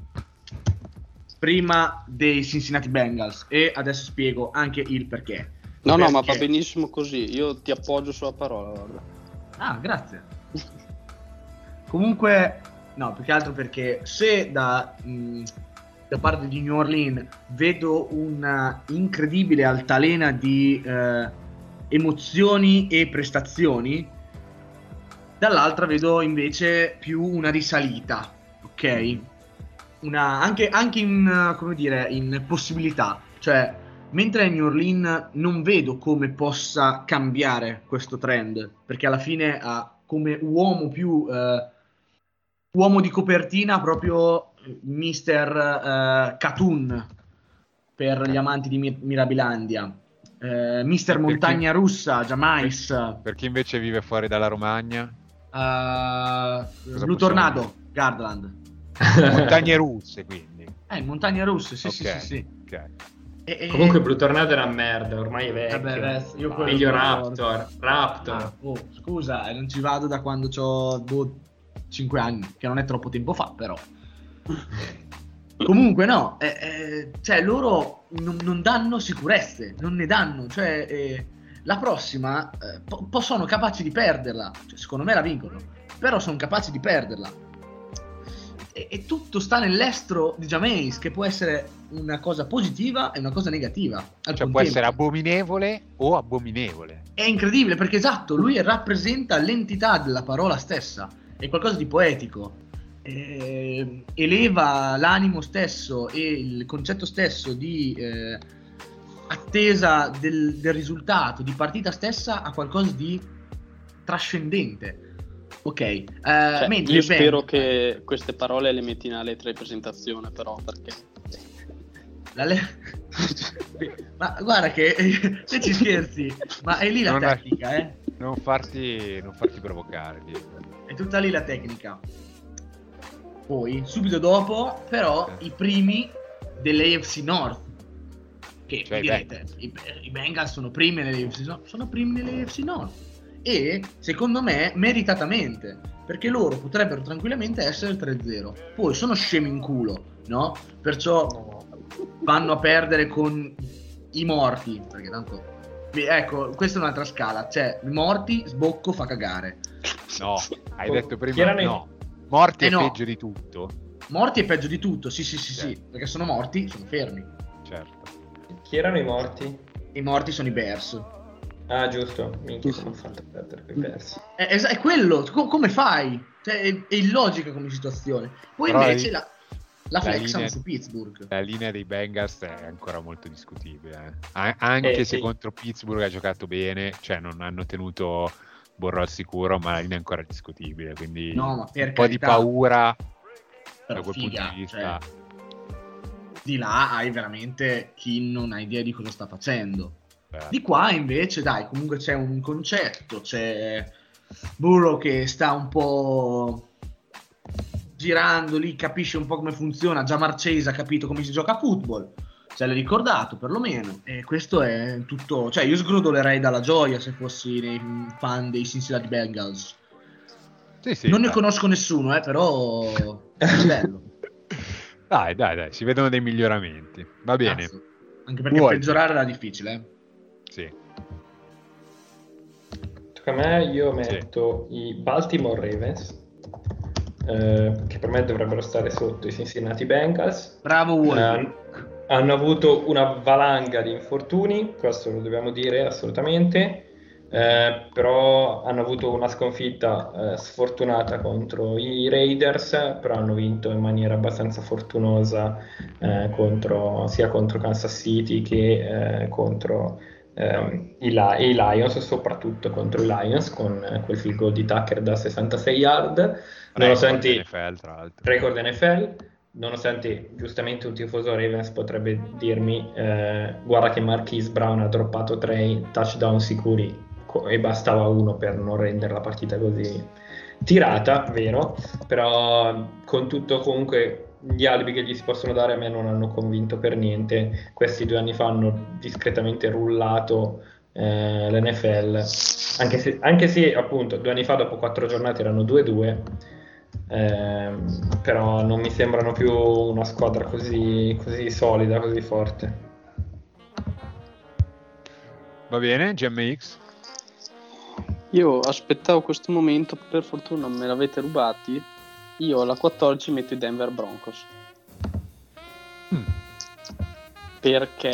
prima dei Cincinnati Bengals e adesso spiego anche il perché. No, perché... no, ma va benissimo così, io ti appoggio sulla parola, guarda. Ah, grazie. Comunque, no, più che altro perché se da... Mh, da parte di New Orleans vedo una incredibile altalena di eh, emozioni e prestazioni, dall'altra vedo invece più una risalita, ok? Una, anche, anche in, come dire, in possibilità, cioè mentre New Orleans non vedo come possa cambiare questo trend, perché alla fine ha come uomo più eh, uomo di copertina proprio mister uh, Catun per gli amanti di Mir- Mirabilandia, uh, mister Per Montagna chi- Russa, Giamais, Per chi invece vive fuori dalla Romagna? uh, Blue Blue Tornado, Gardland. Montagne russe, quindi. Eh, Montagne Russe, sì, sì, Ok, sì, sì. ok. E, e... Comunque Blue Tornado era merda, ormai è vecchio. Vabbè, adesso io quello meglio me lo Raptor, Raptor. Ah, oh, scusa, non ci vado da quando ho cinque anni, che non è troppo tempo fa, però. Comunque no, eh, eh, cioè loro non, non danno sicurezze, non ne danno, cioè eh, la prossima eh, po- po- sono capaci di perderla, cioè, secondo me la vincono, però sono capaci di perderla, e, e tutto sta nell'estro di Jameis, che può essere una cosa positiva e una cosa negativa al Cioè contempo. può essere abominevole o abominevole. È incredibile perché esatto, lui rappresenta l'entità della parola stessa, è qualcosa di poetico. Eh, eleva l'animo stesso e il concetto stesso di eh, attesa del, del risultato, di partita stessa, a qualcosa di trascendente. Ok, eh, Cioè, mentre io Ben- spero che queste parole le metti nella lettera di presentazione, però, perché la le- ma guarda che se ci scherzi, ma è lì la Non è- tecnica, eh? non farti, non farti provocare. È tutta lì la tecnica. Poi, subito dopo, però, Eh. i primi dell'A F C North. Che Cioè, mi direte, i, i Bengals sono primi nell'A F C North, sono primi nell'A F C North. E, secondo me, meritatamente. Perché loro potrebbero tranquillamente essere il tre zero. Poi sono scemi in culo, no? Perciò vanno a perdere con i morti. Perché tanto... Ecco, questa è un'altra scala. Cioè, i morti, sbocco, fa cagare. No, hai Con- detto chi prima erano i- no. Morti Eh è no. peggio di tutto. Morti è peggio di tutto, sì sì sì sì, Certo. perché sono morti, sono fermi. Certo. Chi erano i morti? I morti sono i Bears. Ah, giusto. Minchia, come ho fatto a perdere quei persi. È, è- è quello, co- come fai? Cioè, è, è illogica come situazione. Poi Però invece la- la, la la flexano linea- su Pittsburgh. La linea dei Bengals è ancora molto discutibile. eh. A- anche Eh, se sì. contro Pittsburgh ha giocato bene, cioè non hanno tenuto Borro al sicuro, ma la linea è ancora discutibile. Quindi No, ma per un po' di carità. paura da Però quel figa, punto di vista. cioè, di là hai veramente chi non ha idea di cosa sta facendo. Beh, Di qua invece, dai, comunque c'è un concetto, c'è Burrow che sta un po' girando lì, capisce un po' come funziona, già Marchese ha capito come si gioca a football, se l'è ricordato perlomeno, e questo è tutto, cioè io sgrodolerei dalla gioia se fossi nei fan dei Cincinnati Bengals. sì, sì, Non ne dai. conosco nessuno, eh, però è bello. Dai, dai, dai, si vedono dei miglioramenti. Va bene. Cazzo. Anche perché Vuoi? peggiorare era difficile, eh. Sì. Tocca a me, io metto i Baltimore Ravens, eh, che per me dovrebbero stare sotto i Cincinnati Bengals. Bravo Wolf. Eh, hanno avuto una valanga di infortuni, questo lo dobbiamo dire assolutamente, eh, però hanno avuto una sconfitta eh, sfortunata contro i Raiders, però hanno vinto in maniera abbastanza fortunosa eh, contro, sia contro Kansas City che eh, contro eh, i, Li- i Lions, soprattutto contro i Lions con eh, quel field goal di Tucker da sessantasei yard, nonostante N F L, tra l'altro. record N F L. Nonostante giustamente un tifoso Ravens potrebbe dirmi eh, guarda che Marquise Brown ha droppato tre touchdown sicuri co- e bastava uno per non rendere la partita così tirata, vero? Però con tutto comunque gli alibi che gli si possono dare a me non hanno convinto per niente. Questi due anni fa hanno discretamente rullato eh, l'N F L, anche se, anche se appunto due anni fa dopo quattro giornate erano due due. Ehm, però non mi sembrano più una squadra così, così solida, così forte. Va bene, G M X? Io aspettavo questo momento, per fortuna me l'avete rubati. Io alla quattordici metto i Denver Broncos. Mm. Perché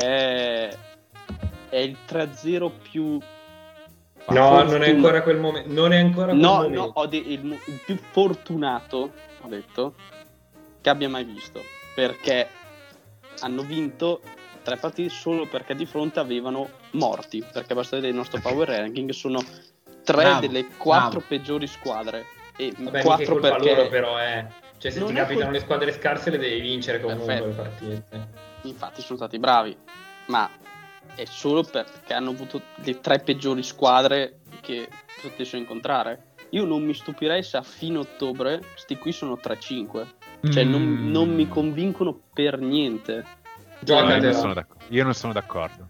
è il tre a zero più... No, fortuna- non è ancora quel momento. Non è ancora quel No, momento. no, ho de- il, il più fortunato, ho detto, che abbia mai visto. Perché hanno vinto tre partite solo perché di fronte avevano morti. Perché basta vedere il nostro power ranking, sono tre Bravo, delle quattro bravo. peggiori squadre. E Vabbè, mica è quattro colpa perché... loro però, eh. Cioè, se Non ti è capitano col- le squadre scarse le devi vincere comunque Perfetto. le partite. Infatti sono stati bravi, ma è solo perché hanno avuto le tre peggiori squadre che potessero incontrare. Io non mi stupirei se a fine ottobre sti qui sono tre cinque, cioè non, Mm. non mi convincono per niente. Gioca No, io, non però. sono d'accordo. io non sono d'accordo.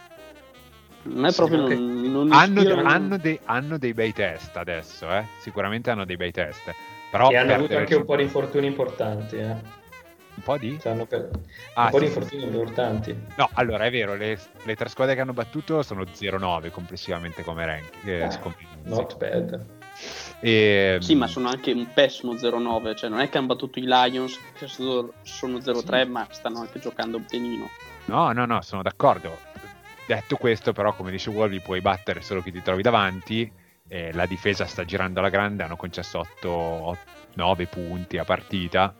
A me Sì, proprio ma non, non Hanno, ispirano- hanno dei, hanno dei bei test adesso, eh? Sicuramente hanno dei bei test. Però E hanno avuto perdere anche un po' di infortuni importanti, eh. un po' di? Cioè, hanno per- Ah, un po' sì, di sì, infortuni importanti. No, allora è vero, le, le tre squadre che hanno battuto sono zero nove complessivamente come rank. eh, Ah, scom- Not bad. E, Sì, ma sono anche un pessimo zero nove, cioè non è che hanno battuto i Lions che sono sono zero tre, ma stanno anche giocando benino. No, no, no, sono d'accordo. Detto questo, però, come dice Wolvi, puoi battere solo chi ti trovi davanti. Eh, la difesa sta girando alla grande, hanno concesso otto nove punti a partita.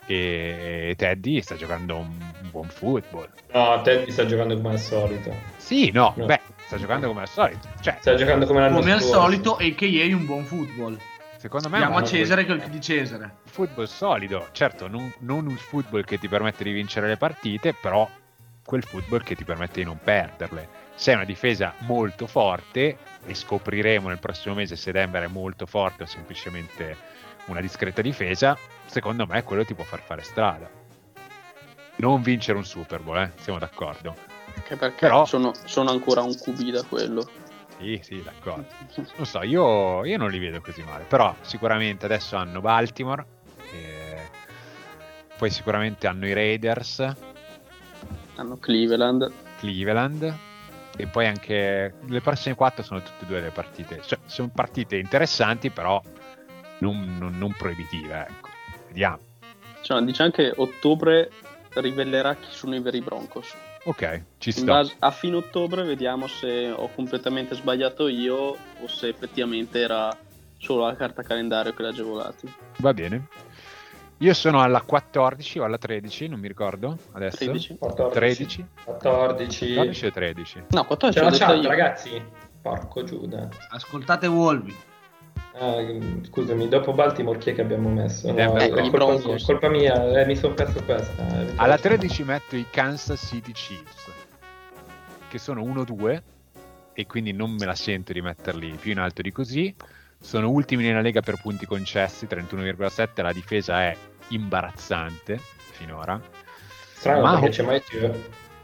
E Teddy sta giocando un, un buon football. No, Teddy sta giocando come al solito. Sì, no, No. beh, sta giocando come al solito. Cioè, Sta giocando come l'anno Come al scorso. solito, a k a un buon football. secondo me è un Diamo a football- Cesare quel che di Cesare. football solido. Certo, non, non un football che ti permette di vincere le partite, però quel football che ti permette di non perderle. se è una difesa molto forte, e scopriremo nel prossimo mese se Denver è molto forte o semplicemente una discreta difesa, secondo me quello ti può far fare strada. Non vincere un Super Bowl, eh? Siamo d'accordo. Anche perché Però sono, sono ancora un Q B da quello. Sì, sì, d'accordo. Non so, io, io non li vedo così male, però sicuramente adesso hanno Baltimore, e poi sicuramente hanno i Raiders, Hanno Cleveland. Cleveland, e poi anche le prossime quattro sono tutte e due le partite, cioè sono partite interessanti, però non, non, non proibitive, ecco. Vediamo. Cioè, diciamo che ottobre rivelerà chi sono i veri Broncos. Ok, ci In sto. base, a fine ottobre vediamo se ho completamente sbagliato io o se effettivamente era solo la carta calendario che l'ha agevolati. Va bene. Io sono alla quattordici o alla tredici, non mi ricordo adesso. tredici? tredici? quattordici. quattordici o tredici? No, quattordici C'è ho la detto chat, io. ragazzi. Porco Giuda. Ascoltate Wolvi. Ah, scusami, dopo Baltimore chi è che abbiamo messo? No, Denver è Broncos. colpa Broncos. mia, è colpa mia, eh, mi sono perso questa. eh. Alla tredici metto i Kansas City Chiefs, che sono uno due, e quindi non me la sento di metterli più in alto di così. Sono ultimi nella Lega per punti concessi, trentuno virgola sette, la difesa è imbarazzante finora. Strano Ma- perché c'è mai più.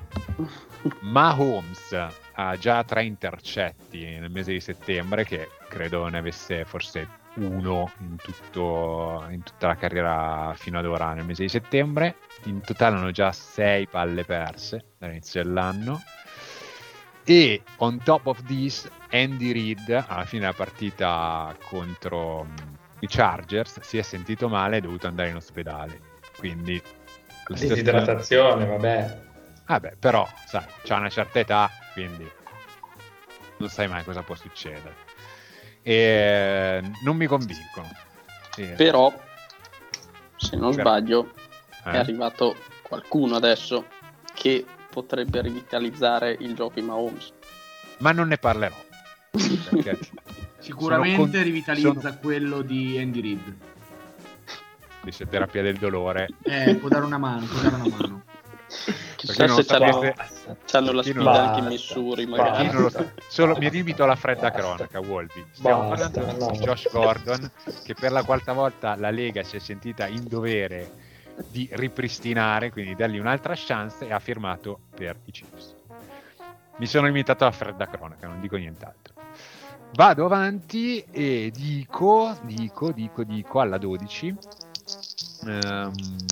Mahomes ha già tre intercetti nel mese di settembre, che credo ne avesse forse uno in, tutto, in tutta la carriera fino ad ora nel mese di settembre. In totale hanno già sei palle perse dall'inizio dell'anno. E on top of this, Andy Reid alla fine della partita contro mh, i Chargers si è sentito male e è dovuto andare in ospedale. Quindi la situazione... Disidratazione, vabbè. Vabbè, però, sai, c'ha una certa età, quindi non sai mai cosa può succedere. E non mi convincono. Sì. Però, se non Però- sbaglio, è Eh? arrivato qualcuno adesso che potrebbe rivitalizzare il gioco in Mahomes. Ma non ne parlerò. Perché Sicuramente sono con- rivitalizza sono- quello di Andy Reid. dice terapia del dolore. Eh, può dare una mano, può dare una mano. Chissà non se lo c'hanno, sapesse- c'hanno la chi non sfida lo- anche in Basta, Missouri, Chi magari. non lo sa- Solo mi limito alla fredda Basta. cronaca, Wolby. Stiamo Basta, parlando di no. Josh Gordon, che per la quarta volta la Lega si è sentita in dovere di ripristinare, quindi dargli un'altra chance, e ha firmato per i Chiefs. Mi sono limitato alla fredda cronaca, non dico nient'altro. Vado avanti e dico, dico, dico, dico alla dodici. ehm,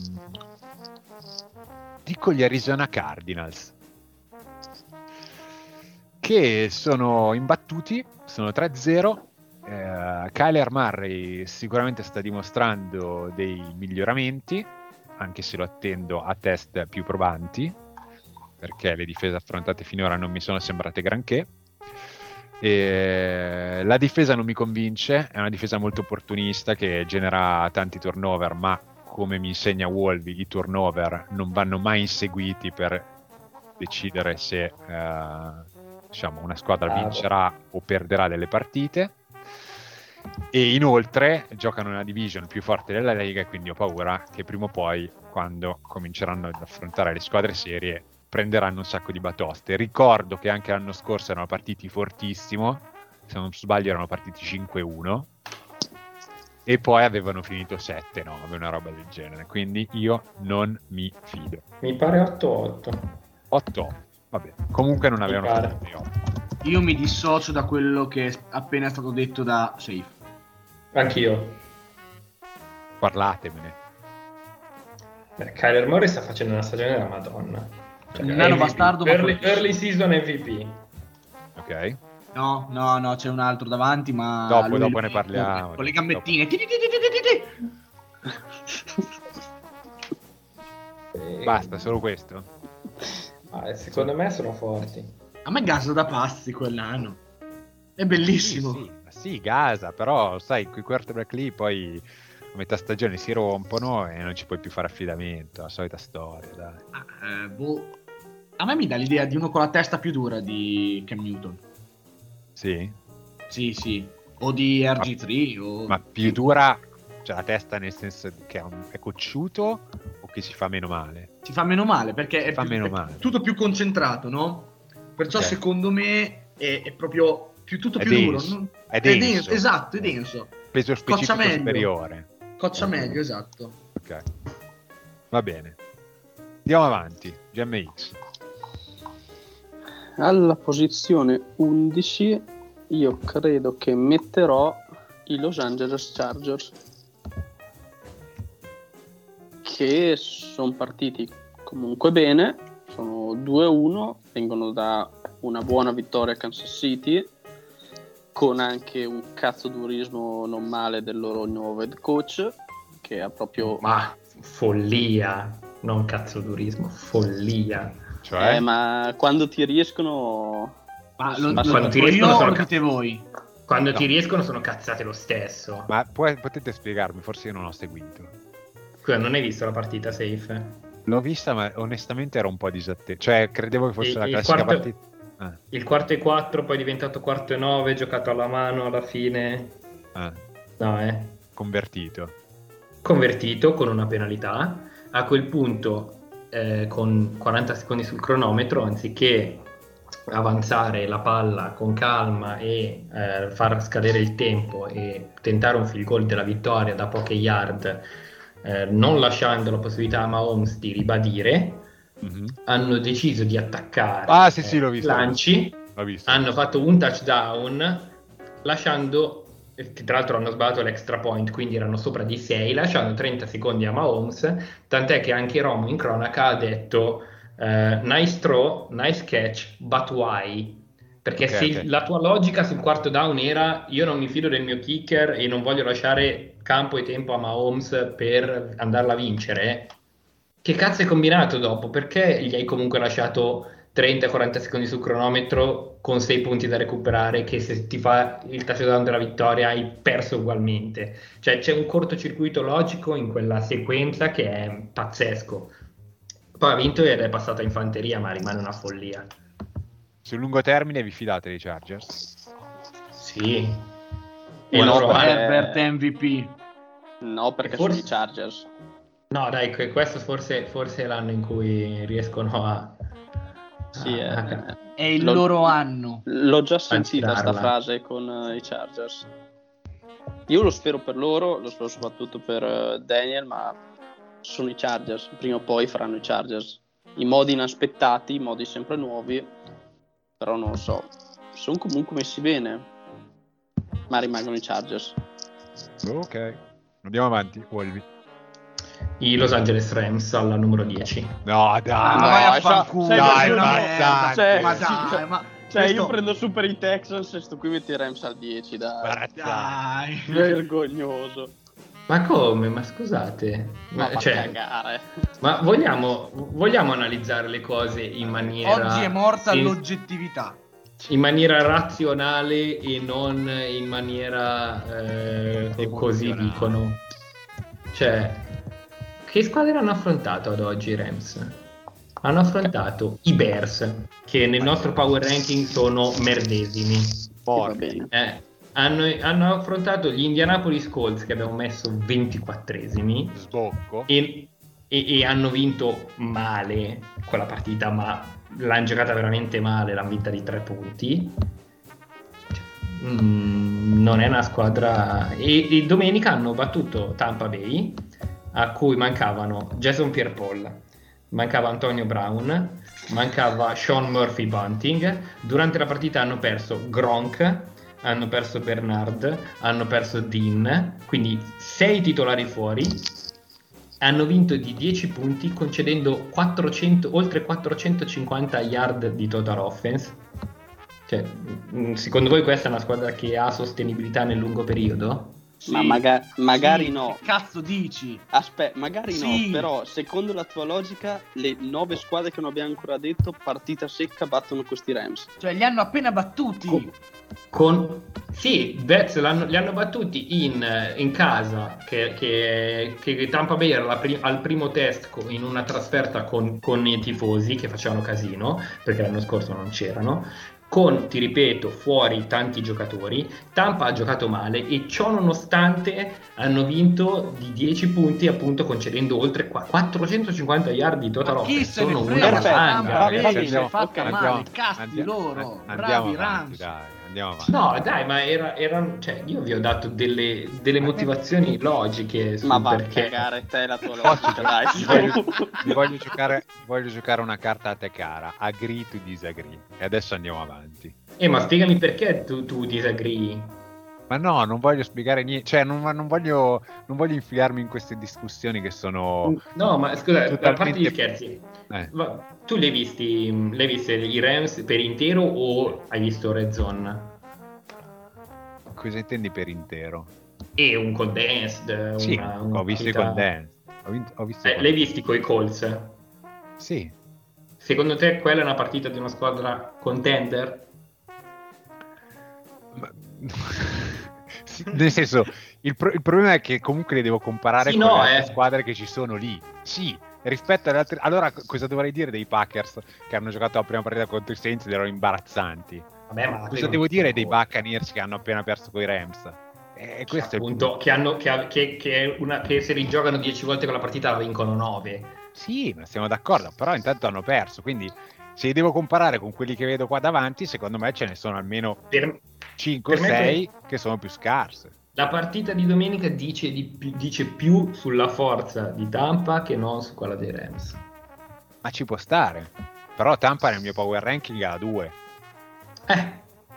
dico gli Arizona Cardinals, che sono imbattuti, sono tre zero. Eh, Kyler Murray sicuramente sta dimostrando dei miglioramenti, anche se lo attendo a test più probanti, perché le difese affrontate finora non mi sono sembrate granché. E la difesa non mi convince, è una difesa molto opportunista che genera tanti turnover, ma come mi insegna Wolby, i turnover non vanno mai inseguiti per decidere se eh, diciamo una squadra Bravo. vincerà o perderà delle partite. E inoltre giocano nella division più forte della Lega, e quindi ho paura che prima o poi, quando cominceranno ad affrontare le squadre serie, prenderanno un sacco di batoste. Ricordo che anche l'anno scorso erano partiti fortissimo, se non sbaglio erano partiti cinque uno, e poi avevano finito sette nove, una roba del genere, quindi io non mi fido. Mi pare otto otto. otto, vabbè, comunque non avevano pare. fatto playoff. Io mi dissocio da quello che è appena stato detto da Safe. Anch'io. Parlatemene. Beh, Kyler Murray sta facendo una stagione della Madonna. Cioè, Un nano M V P. bastardo, ma Early, fortissimo. early season M V P. Ok? No, no, no, c'è un altro davanti, ma... Dopo- lui- dopo ne parliamo. Con le gambettine. Ti, ti, ti, ti, ti, ti, ti. E- Basta, solo questo? Ah, secondo me sono forti. A me gasa da pazzi quell'anno. È bellissimo. Sì, sì, ma sì, gasa, però sai, quei quarterback lì poi a metà stagione si rompono e non ci puoi più fare affidamento, la solita storia, dai. Ah, eh, boh. A me mi dà l'idea di uno con la testa più dura di Cam Newton. Sì? Sì, sì. O di R G tre o... Ma più dura, cioè la testa nel senso che è, un- è cocciuto o che si fa meno male? Si fa meno male perché è, Fa più- meno è male. tutto più concentrato, no? Perciò Ok. secondo me è, è proprio più tutto È più denso, duro. non- è denso. Esatto, è denso. Peso specifico meglio. superiore. Coccia meglio, esatto. Ok, va bene. Andiamo avanti. G M X. Alla posizione undici io credo che metterò i Los Angeles Chargers, che sono partiti comunque bene, sono due a uno, vengono da una buona vittoria a Kansas City, con anche un cazzo durismo non male del loro nuovo head coach, che ha proprio... Ma follia, non cazzodurismo, follia. Cioè? Eh, ma quando ti riescono... Ma lo, Ma lo quando dico ti riescono io o sono lo ca- dite voi? Quando No. ti riescono sono cazzate lo stesso. Ma puoi- potete spiegarmi? Forse io non ho seguito. Scusa, non hai visto la partita safe? L'ho vista, ma onestamente ero un po' disatteso. Cioè, credevo che fosse Il- la il classica quarto- partita. Ah, Il quarto e quattro, poi è diventato quarto e nove, giocato alla mano alla fine. ah, No, eh. convertito. Convertito con una penalità. A quel punto, eh, con quaranta secondi sul cronometro, anziché avanzare la palla con calma e eh, far scadere il tempo e tentare un field goal della vittoria da poche yard, eh, non lasciando la possibilità a Mahomes di ribadire, Mhm. hanno deciso di attaccare Ah, sì, sì, eh, l'ho visto. lanci, L'ho visto. hanno fatto un touchdown lasciando, che tra l'altro hanno sbagliato l'extra point, quindi erano sopra di sei, lasciando trenta secondi a Mahomes, tant'è che anche Romo in cronaca ha detto eh, nice throw, nice catch, but why? Perché Ok, se ok. la tua logica sul quarto down era io non mi fido del mio kicker e non voglio lasciare campo e tempo a Mahomes per andarla a vincere, che cazzo hai combinato dopo? Perché gli hai comunque lasciato trenta quaranta secondi sul cronometro con sei punti da recuperare, che se ti fa il touchdown della vittoria hai perso ugualmente? Cioè c'è un cortocircuito logico in quella sequenza che è pazzesco. Poi ha vinto ed è passata in fanteria, ma rimane una follia. Sul lungo termine vi fidate dei Chargers? Sì. E Ma no, loro perché- hanno- Herbert M V P. No, perché Forse- sono i Chargers. No, dai, que- questo forse, forse è l'anno in cui riescono a... Sì, a- eh, a- È il Lo- loro anno. L'ho già sentita sta girarla. frase con eh, i Chargers. Io lo spero per loro, lo spero soprattutto per eh, Daniel, ma sono i Chargers. Prima o poi faranno i Chargers. In modi inaspettati, in modi sempre nuovi, però non lo so. Sono comunque messi bene, ma rimangono i Chargers. Ok. Andiamo avanti, Wolvi. I Los Angeles Rams alla numero dieci. No, dai. Ah, no, ma vai a sai- fanculo. sai dai, una ma merda. dai. Cioè, ma sì, dai, ma Cioè, questo- io prendo su per i Texans e sto qui metti i Rams al dieci, dai. Barazzai. Dai. Vergognoso. Ma come? Ma scusate. Ma Ma, fa cioè, cagare. ma vogliamo, vogliamo analizzare le cose in maniera... Oggi è morta sen- l'oggettività. in maniera razionale e non in maniera eh, così Emozionale. dicono. Cioè, che squadre hanno affrontato ad oggi i Rams? Hanno affrontato i Bears, che nel nostro power ranking sono merdesimi. Va bene. Eh, hanno, hanno affrontato gli Indianapolis Colts, che abbiamo messo ventiquattresimi, Sbocco. e, e- e hanno vinto male quella partita, ma l'hanno giocata veramente male, l'hanno vinta di tre punti. Mm, non è una squadra. E, e domenica hanno battuto Tampa Bay, a cui mancavano Jason Pierre-Paul, mancava Antonio Brown, mancava Sean Murphy Bunting. Durante la partita hanno perso Gronk, hanno perso Bernard, hanno perso Dean, quindi sei titolari fuori. Hanno vinto di dieci punti, concedendo quattrocento, oltre quattrocentocinquanta yard di total offense. Cioè, mh, secondo voi questa è una squadra che ha sostenibilità nel lungo periodo? Ma maga- magari Sì, no. Che cazzo dici? Aspetta, magari Sì. no, però secondo la tua logica le nove squadre che non abbiamo ancora detto, partita secca, battono questi Rams. Cioè, li hanno appena battuti. Con, con- sì, Bears l'hanno- li hanno battuti in, in casa, che, che, che Tampa Bay era la pri- al primo test co- in una trasferta con, con i tifosi che facevano casino, perché l'anno scorso non c'erano. con, ti ripeto, fuori tanti giocatori. Tampa ha giocato male e ciò nonostante hanno vinto di dieci punti, appunto concedendo oltre quattrocentocinquanta yard di total offense. Sono una valanga. Si è fatta male, casti loro, bravi Rams. Dai, andiamo avanti. No, dai, ma era, era, cioè, io vi ho dato delle, delle motivazioni logiche su Ma va perché... a cagare te la tua logica, dai. Vi voglio, vi voglio giocare, vi voglio giocare una carta a te cara, agree to disagree. E adesso andiamo avanti. Eh, ma spiegami perché tu, tu disagree. Ma no, non voglio spiegare niente, cioè non, non voglio non voglio infilarmi in queste discussioni che sono... No, ma scusa, totalmente... a parte gli scherzi, eh. ma tu li hai visti, li hai visti i Rams per intero o hai visto Red Zone? Cosa intendi per intero? E un condensed? Sì, una, una ho visto i partita... condensed. Ho, vinto, ho visto eh, l'hai visti coi Colts? Sì. Secondo te quella è una partita di una squadra contender? Ma... sì, nel senso, il, pro- il problema è che comunque le devo comparare sì, con no, le altre eh. squadre che ci sono lì. Sì, rispetto alle altre... Allora, cosa dovrei dire dei Packers che hanno giocato la prima partita contro i Saints ed erano imbarazzanti? Vabbè, ma cosa devo dire dei Buccaneers che hanno appena perso con i Rams? E questo appunto, è il punto. Che, hanno, che, che, che, una, che se rigiocano dieci volte con la partita la vincono nove. Sì, ma siamo d'accordo, però intanto hanno perso, quindi se li devo comparare con quelli che vedo qua davanti, secondo me ce ne sono almeno per, cinque o sei che sono più scarse. La partita di domenica dice, di, dice più sulla forza di Tampa che non su quella dei Rams. Ma ci può stare, però Tampa nel mio power ranking ha due. Eh.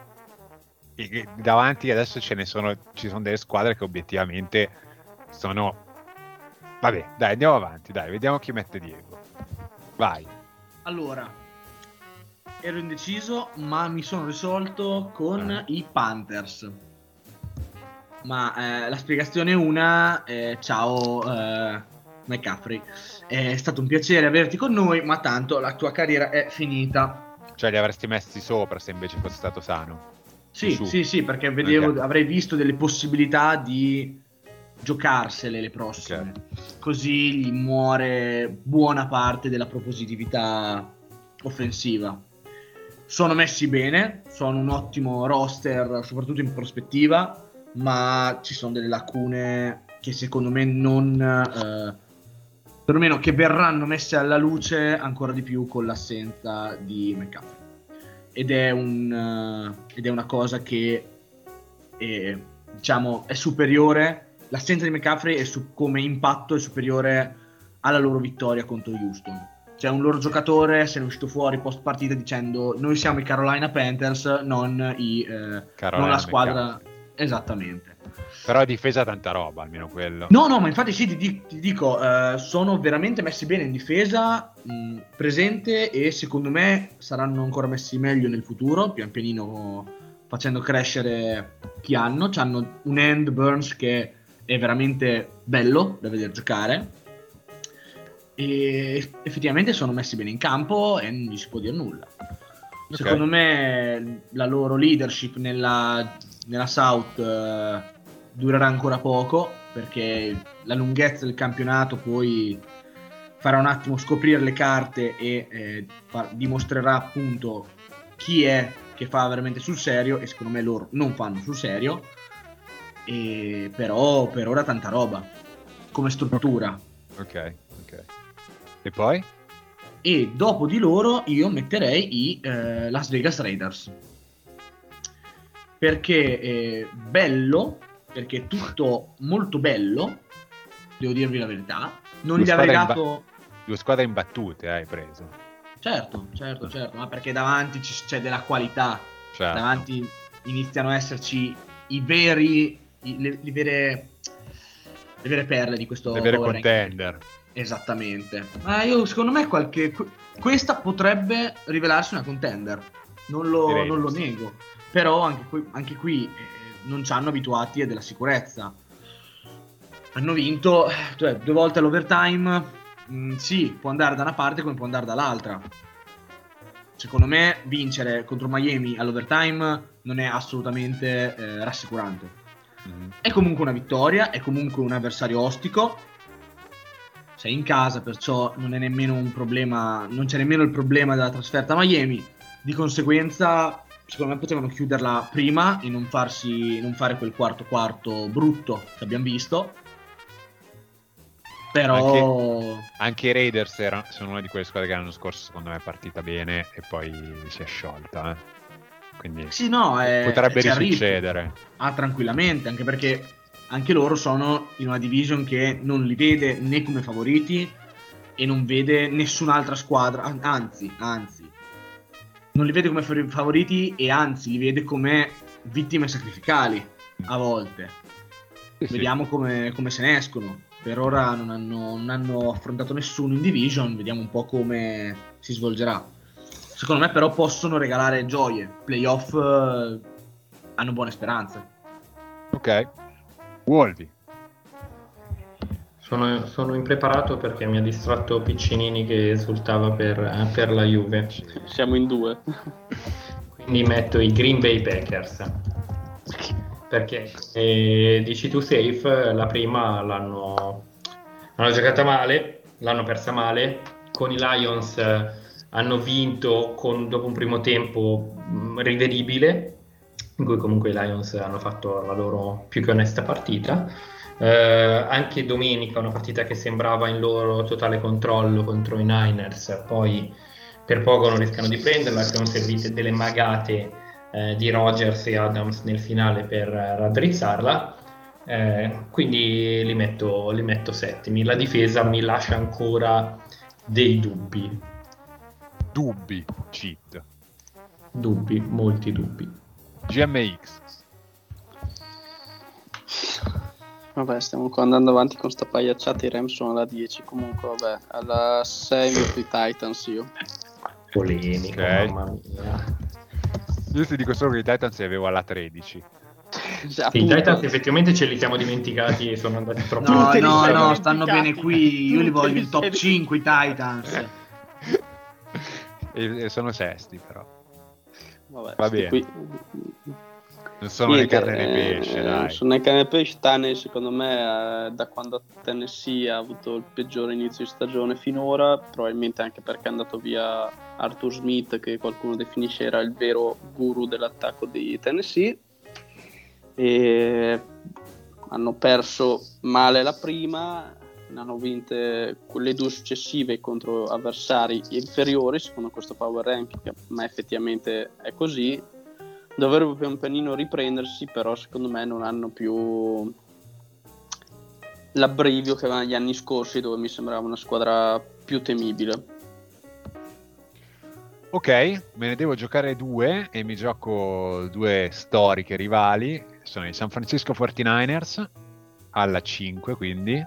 E davanti adesso ce ne sono, ci sono delle squadre che obiettivamente sono... Vabbè, dai, andiamo avanti, dai, vediamo chi mette Diego. Vai. Allora, ero indeciso, ma mi sono risolto con Ah. i Panthers. Ma eh, la spiegazione è una, eh, ciao eh, McCaffrey, è stato un piacere averti con noi, ma tanto la tua carriera è finita. Cioè li avresti messi sopra se invece fosse stato sano? Sì, Su. sì, sì, perché vedevo, Okay. avrei visto delle possibilità di giocarsele le prossime. Okay. Così gli muore buona parte della propositività offensiva. Sono messi bene, sono un ottimo roster, soprattutto in prospettiva, ma ci sono delle lacune che secondo me non... Eh, perlomeno che verranno messe alla luce ancora di più con l'assenza di McCaffrey. Ed è, un, uh, ed è una cosa che è, diciamo, è superiore, l'assenza di McCaffrey è su, come impatto è superiore alla loro vittoria contro Houston. Cioè un loro giocatore se ne è uscito fuori post partita dicendo noi siamo i Carolina Panthers, non, i, eh, Carolina non la squadra... McCaffrey. Esattamente. Però a difesa tanta roba, almeno quello. No, no, ma infatti sì, ti, di- ti dico, eh, sono veramente messi bene in difesa, mh, presente, e secondo me saranno ancora messi meglio nel futuro, pian pianino facendo crescere chi hanno. C'hanno un end, Burns, che è veramente bello da vedere giocare, e effettivamente sono messi bene in campo e non gli si può dire nulla. Ok. Secondo me la loro leadership nella, nella South eh, durerà ancora poco, perché la lunghezza del campionato poi farà un attimo scoprire le carte e eh, fa- dimostrerà appunto chi è che fa veramente sul serio, e secondo me loro non fanno sul serio, e però per ora tanta roba come struttura. Ok, ok. E poi? E dopo di loro io metterei i eh, Las Vegas Raiders, perché è bello, perché è tutto molto bello, devo dirvi la verità. Non Due gli avrei squadre dato... Due squadre imbattute hai preso. Certo, certo, certo, ma perché davanti ci- c'è della qualità, Certo. davanti iniziano a esserci i veri, i- le, le vere, le vere perle di questo Le vere power ranking. contender. Esattamente. Ma io secondo me qualche que- questa potrebbe rivelarsi una contender. Non lo, Direi non lo sì. nego. Però anche qui, anche qui eh, non ci hanno abituati a della sicurezza. Hanno vinto, cioè, due volte all'overtime. Mm, sì, può andare da una parte come può andare dall'altra. Secondo me vincere contro Miami all'overtime non è assolutamente eh, rassicurante. Mhm. È comunque una vittoria, è comunque un avversario ostico. Sei in casa, perciò non è nemmeno un problema, non c'è nemmeno il problema della trasferta a Miami. Di conseguenza secondo me potevano chiuderla prima e non farsi non fare quel quarto quarto brutto che abbiamo visto. Però anche, anche i Raiders erano, sono una di quelle squadre che l'anno scorso secondo me è partita bene e poi si è sciolta, eh. Quindi sì, no, è, potrebbe c'è risuccedere. Ah, tranquillamente, anche perché anche loro sono in una division che non li vede né come favoriti e non vede nessun'altra squadra, anzi, anzi, non li vede come favoriti e anzi li vede come vittime sacrificali a volte. Sì, vediamo sì. Come, come se ne escono. Per ora non hanno, non hanno affrontato nessuno in division, vediamo un po' come si svolgerà. Secondo me però possono regalare gioie, playoff eh, hanno buone speranze. Ok, Wolvi. Sono, sono impreparato perché mi ha distratto Piccinini che esultava per, per la Juve. Siamo in due. Quindi metto i Green Bay Packers. Perché eh, dici tu safe, la prima l'hanno, l'hanno giocata male, l'hanno persa male. Con i Lions eh, hanno vinto con, dopo un primo tempo mh, rivedibile, in cui comunque i Lions hanno fatto la loro più che onesta partita. Eh, anche domenica una partita che sembrava in loro totale controllo contro i Niners, poi per poco non rischiano di prenderla, sono servite delle magate eh, di Rodgers e Adams nel finale per eh, raddrizzarla, eh, quindi li metto, li metto settimi. La difesa mi lascia ancora dei dubbi Dubbi, cheat. dubbi, molti dubbi. G M X. Vabbè, stiamo ancora andando avanti con sta pagliacciata. I Rams sono alla dieci. Comunque, vabbè, alla sei metto i Titans io. Polemico, Ok. mamma mia. Io ti dico solo che i Titans li avevo alla tredici. Sì, i Titans effettivamente ce li siamo dimenticati e sono andati troppo No, te li no, sei no, dimenticati. stanno bene qui. Io li Tu te voglio li il top sei- cinque i Titans. E, e sono sesti però. Vabbè, Va sti bene. qui. Non sono Niente, né carne né pesce, eh, dai. Sono né carne né pesce. Tannehill, secondo me, eh, da quando Tennessee ha avuto il peggiore inizio di stagione finora, probabilmente anche perché è andato via Arthur Smith, che qualcuno definisce era il vero guru dell'attacco di Tennessee. E hanno perso male la prima, ne hanno vinte quelle due successive contro avversari inferiori secondo questo power ranking, ma effettivamente è così. Dovrebbero pian pianino riprendersi, però secondo me non hanno più l'abbrivio che avevano gli anni scorsi, dove mi sembrava una squadra più temibile. Ok, me ne devo giocare due e mi gioco due storiche rivali. Sono i San Francisco quarantanovers alla cinque, quindi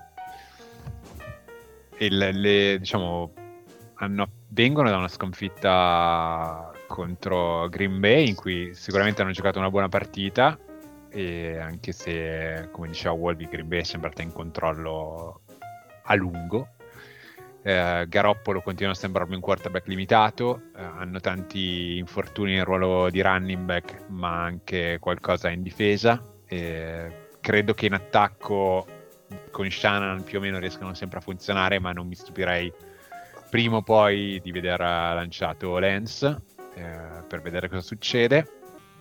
e le, le- diciamo hanno, vengono da una sconfitta contro Green Bay in cui sicuramente hanno giocato una buona partita, e anche se, come diceva Wolby, Green Bay è sembrata in controllo a lungo. Eh, Garoppolo continua a sembrarmi un quarterback limitato, eh, hanno tanti infortuni nel ruolo di running back, ma anche qualcosa in difesa. Eh, credo che in attacco con Shanahan più o meno riescano sempre a funzionare, ma non mi stupirei prima o poi di veder lanciato Lance, eh, per vedere cosa succede.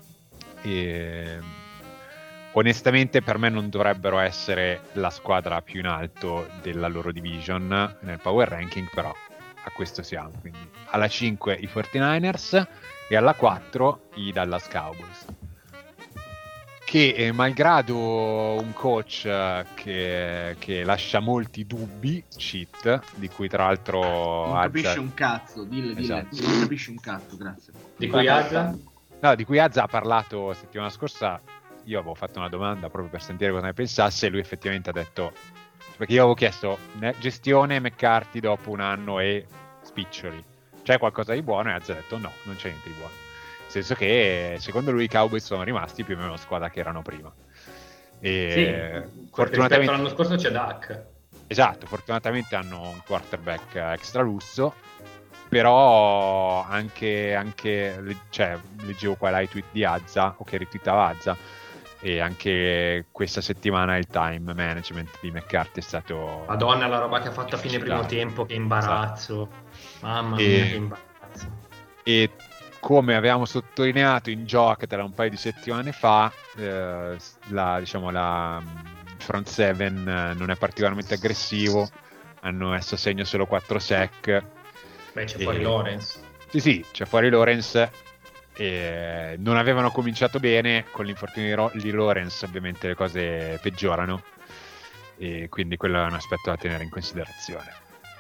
E onestamente per me non dovrebbero essere la squadra più in alto della loro division nel power ranking, però a questo siamo. Quindi alla cinque i quarantanovers e alla quattro i Dallas Cowboys, che eh, malgrado un coach eh, che, che lascia molti dubbi, cheat, di cui tra l'altro Non Azza- capisci un cazzo, dille, dille. Esatto. Non capisci un cazzo, grazie. Di cui Azza? No, di cui Azza ha parlato settimana scorsa. Io avevo fatto una domanda proprio per sentire cosa ne pensasse e lui effettivamente ha detto, perché io avevo chiesto ne- gestione McCarthy dopo un anno e spiccioli, c'è qualcosa di buono? E Azza ha detto no, non c'è niente di buono, nel senso che secondo lui i Cowboys sono rimasti più o meno la squadra che erano prima. E Sì, fortunatamente rispetto all'anno scorso c'è Dak. Esatto, fortunatamente hanno un quarterback extra lusso, però anche, anche cioè, leggevo qua l'high tweet di Azza, o che ritweetava Azza, e anche questa settimana il time management di McCarthy è stato... Madonna, la roba che ha fatto a fine primo tempo, che imbarazzo. Mamma mia, E- che imbarazzo. E come avevamo sottolineato in Jocketela un paio di settimane fa, eh, la, diciamo, la front seven non è particolarmente aggressivo, hanno messo a segno solo quattro sack. Beh, c'è e... fuori Lawrence. Sì, sì, c'è fuori Lawrence. E non avevano cominciato bene, con l'infortunio di, Ro- di Lawrence ovviamente le cose peggiorano, e quindi quello è un aspetto da tenere in considerazione.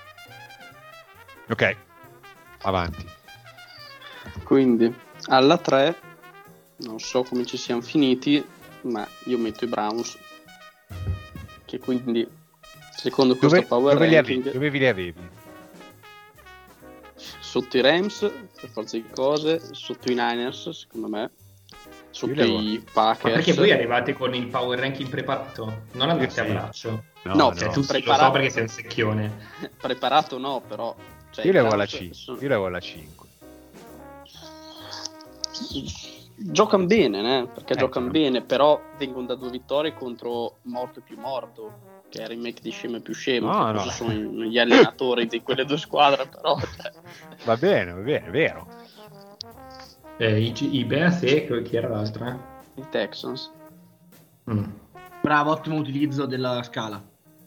Ok, avanti. Quindi alla tre non so come ci siamo finiti, ma io metto i Browns, che quindi secondo questo Dove, power dove, li ranking avevi, dove vi li avevi? sotto i Rams per forza di cose, sotto i Niners secondo me, sotto levo- i Ma Packers. perché voi arrivate con il power ranking preparato? Non andate Sì, a sì. braccio? No, No, no. Cioè, tu sì, lo preparato. so perché sei un secchione. Preparato no, però cioè, Io i levo la Browns cinque. sono- Io levo la cinque. giocano bene, né? Perché Eh, giocano sì. bene, però vengono da due vittorie contro Morto più Morto, che è il remake di Scemo e più Scemo. No, che no. cosa sono i- gli allenatori di quelle due squadre, però cioè, Va bene, va bene, è vero. Eh, i, i Bears e chi era l'altra? i Texans. Mm. Bravo, ottimo utilizzo della scala.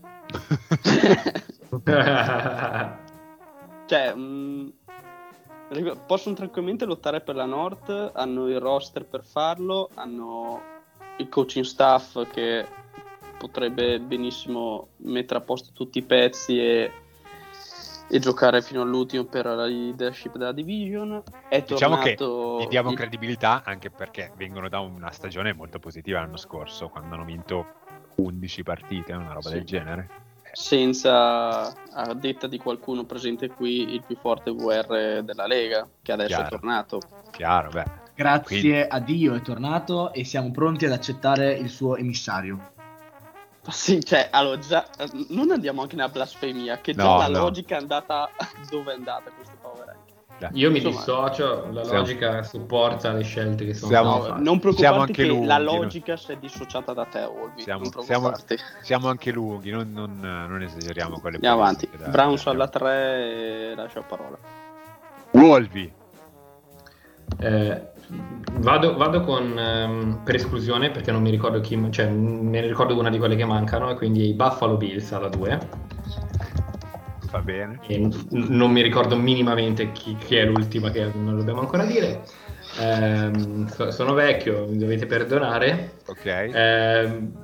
Cioè, mh, ri- possono tranquillamente lottare per la North, hanno il roster per farlo, hanno il coaching staff che potrebbe benissimo mettere a posto tutti i pezzi e, e giocare fino all'ultimo per la leadership della division. È Diciamo che tornato gli diamo il- credibilità anche perché vengono da una stagione molto positiva l'anno scorso, quando hanno vinto undici partite, una roba Sì. del genere. senza, a detta di qualcuno presente qui, il più forte V R della Lega, che adesso Chiaro. è tornato. Chiaro, beh. Grazie Quindi- a Dio è tornato e siamo pronti ad accettare il suo emissario. Sì, cioè, allora già non andiamo anche nella blasfemia, che già No, la no. logica è andata dove è andata questo power ranking. Dai. Io mi Insomma, dissocio, la siamo- logica supporta le scelte che sono Siamo- state No, fatte. non Siamo preoccuparti anche che lunghi, la no? logica si è dissociata da te, Olvi. Siamo, non siamo, preoccuparti. siamo anche lunghi, non, non, non esageriamo con le Andiamo avanti. politiche, dai. Browns alla tre e lascio la parola. Wolvi. Eh, vado, vado con ehm, per esclusione perché non mi ricordo chi, cioè me ne ricordo una di quelle che mancano, e quindi i Buffalo Bills alla due. Va bene. E n- non mi ricordo minimamente chi, chi è l'ultima, che non lo dobbiamo ancora dire. Ehm, so- sono vecchio, mi dovete perdonare. Ok. Ehm,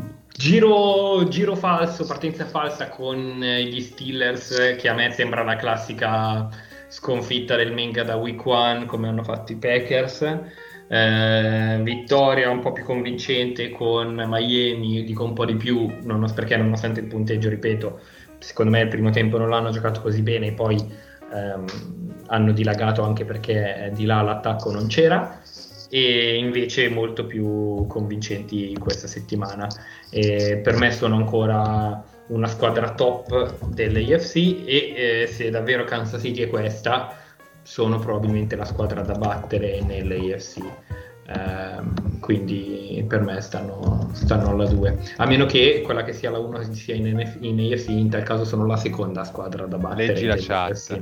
giro, giro falso, partenza falsa con eh, gli Steelers, che a me sembra la classica sconfitta del Menga da week one, come hanno fatto i Packers. Eh, vittoria un po' più convincente con Miami, dico un po' di più, non, perché nonostante il punteggio, ripeto, secondo me il primo tempo non l'hanno giocato così bene, poi ehm, hanno dilagato anche perché di là l'attacco non c'era, e invece molto più convincenti questa settimana. E per me sono ancora una squadra top dell'A F C, e eh, se davvero Kansas City è questa, sono probabilmente la squadra da battere nell'A F C. Ehm, quindi per me stanno, stanno alla due, a meno che quella che sia la uno sia in, N F in A F C, in tal caso sono la seconda squadra da battere. Leggi la dell'A F C.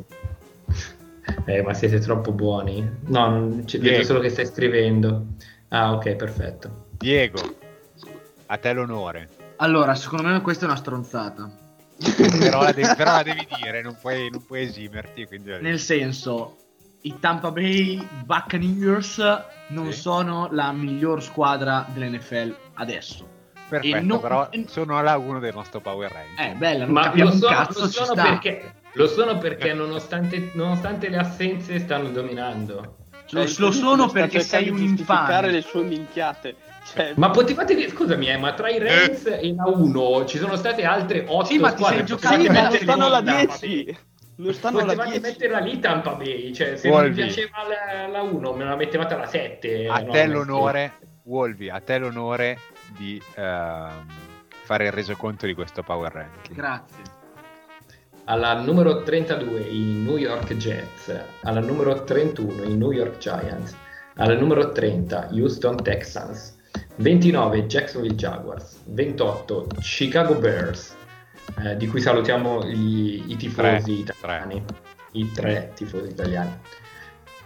Eh, ma siete troppo buoni. No, non, c- vedo Diego. solo che stai scrivendo. Ah, ok, perfetto. Diego, a te l'onore. Allora, secondo me questa è una stronzata. però, la devi, però la devi dire, non puoi, non puoi esimerti. Quindi Nel senso, i Tampa Bay Buccaneers non Sì. sono la miglior squadra dell'N F L adesso. Perfetto, e non- però e- sono alla uno del nostro power rank. Eh, bella, non Ma capiamo lo un sono, cazzo, lo ci sono sta. perché, lo sono perché nonostante, nonostante le assenze stanno dominando. Lo, Cioè, lo sono sta perché cercando sei un di giustificare infame. le sue minchiate. Cioè, Ma potevate dire, scusami, eh, ma tra i Rams e la uno ci sono state altre otto Sì, ma ti squadre. sei giocato sì, Potevate ma non metterli stanno alla in Tampa dieci. Bay. Non stanno alla Potevate dieci. metterla lì Tampa Bay, cioè se Wolvi. non vi piaceva la, la uno me la mettevate alla sette. A no, te no, l'onore, Wolvi, a te l'onore di ehm, fare il resoconto di questo power ranking. Grazie. Alla numero trentadue i New York Jets, alla numero trentuno i New York Giants, alla numero trenta Houston Texans, ventinove Jacksonville Jaguars, ventotto Chicago Bears, eh, di cui salutiamo i, i tifosi Tre, italiani, i tre tifosi italiani.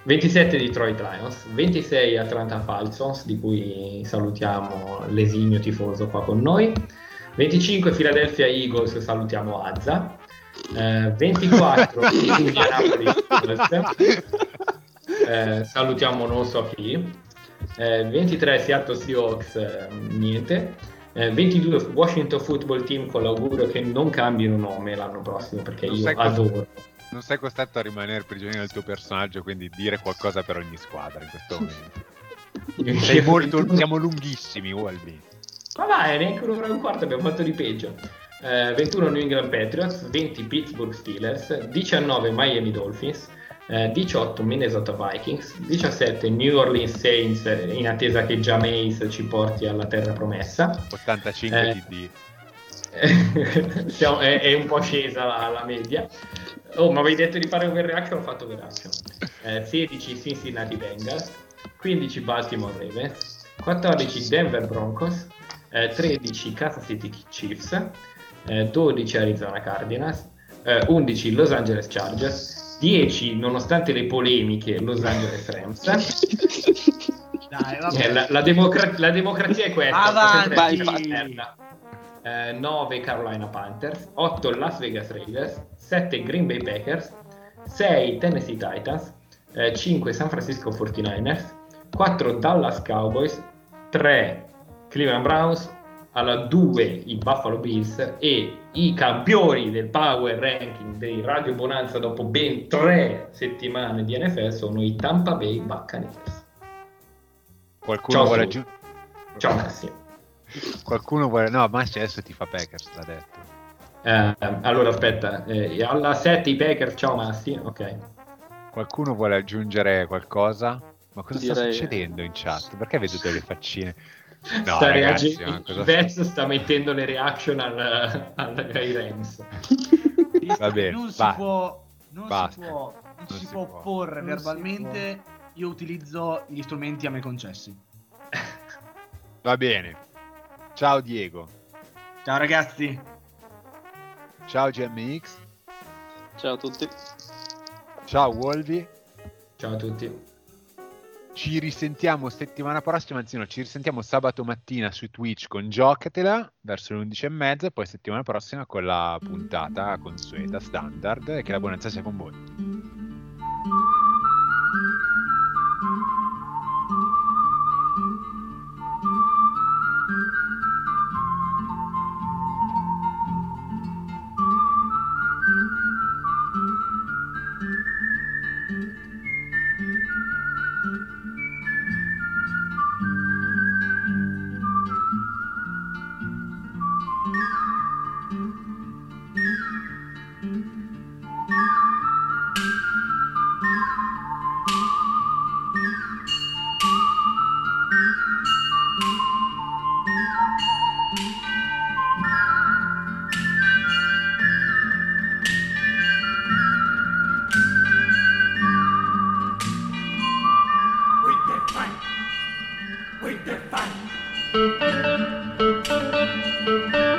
ventisette Detroit Lions, ventisei Atlanta Falcons, di cui salutiamo l'esimio tifoso qua con noi, venticinque Philadelphia Eagles, salutiamo Azza, eh, ventiquattro Indianapolis Colts, eh, salutiamo non so chi, eh, ventitré Seattle Seahawks, eh, niente, eh, ventidue Washington Football Team, con l'augurio che non cambino nome l'anno prossimo, perché Non io sai adoro. cosa- Non sei costretto a rimanere prigioniero del tuo personaggio, quindi dire qualcosa per ogni squadra in questo momento. Sei molto, siamo lunghissimi, Wolby. Ma vai, neanche un'ora e un quarto abbiamo fatto di peggio. Eh, ventuno New England Patriots, venti Pittsburgh Steelers, diciannove Miami Dolphins, eh, diciotto Minnesota Vikings, diciassette New Orleans Saints, eh, in attesa che Jameis ci porti alla terra promessa. ottantacinque Eh. T D. Siamo- è, è un po' scesa la, la media. Oh, ma avevi detto di fare overreaction? Ho fatto overreaction. Eh, sedici Cincinnati Bengals, quindici Baltimore Ravens, quattordici Denver Broncos, eh, tredici Kansas City Chiefs, eh, dodici Arizona Cardinals, eh, undici Los Angeles Chargers, dieci, nonostante le polemiche, Los Angeles Rams. Dai, vabbè. Eh, la, la democra- la democrazia è questa. Avanti! sempre la paterna. Eh, nove Carolina Panthers, otto Las Vegas Raiders, sette Green Bay Packers, sei Tennessee Titans, eh, cinque San Francisco quarantanovers, quattro Dallas Cowboys, tre Cleveland Browns, alla due i Buffalo Bills e i campioni del Power Ranking dei Radio Bonanza dopo ben tre settimane di N F L sono i Tampa Bay Buccaneers. Qualcuno Ciao, vuole Su. aggiungere? Ciao Massi. Qualcuno vuole... No, Massi adesso ti fa Packers, l'ha detto. Eh, allora aspetta, eh, alla sette i Packers, ciao Massi, ok. Qualcuno vuole aggiungere qualcosa? Ma cosa sta Direi- succedendo in chat? Perché vedo delle faccine? No, sta ragazzi, reagendo, ma cosa- Vez sta mettendo le reaction al, al, ai Rams. Va bene, non si basta. può, non Basta. si può, non Non si si può può. opporre Non verbalmente. Io utilizzo gli strumenti a me concessi. Va bene. Ciao Diego. Ciao ragazzi. Ciao G M X. Ciao a tutti. Ciao Wolby. Ciao a tutti. Ci risentiamo settimana prossima, anzi no, ci risentiamo sabato mattina su Twitch con Giocatela verso le undici e mezza e poi settimana prossima con la puntata consueta standard e che la buonanza sia con voi. We define. We define.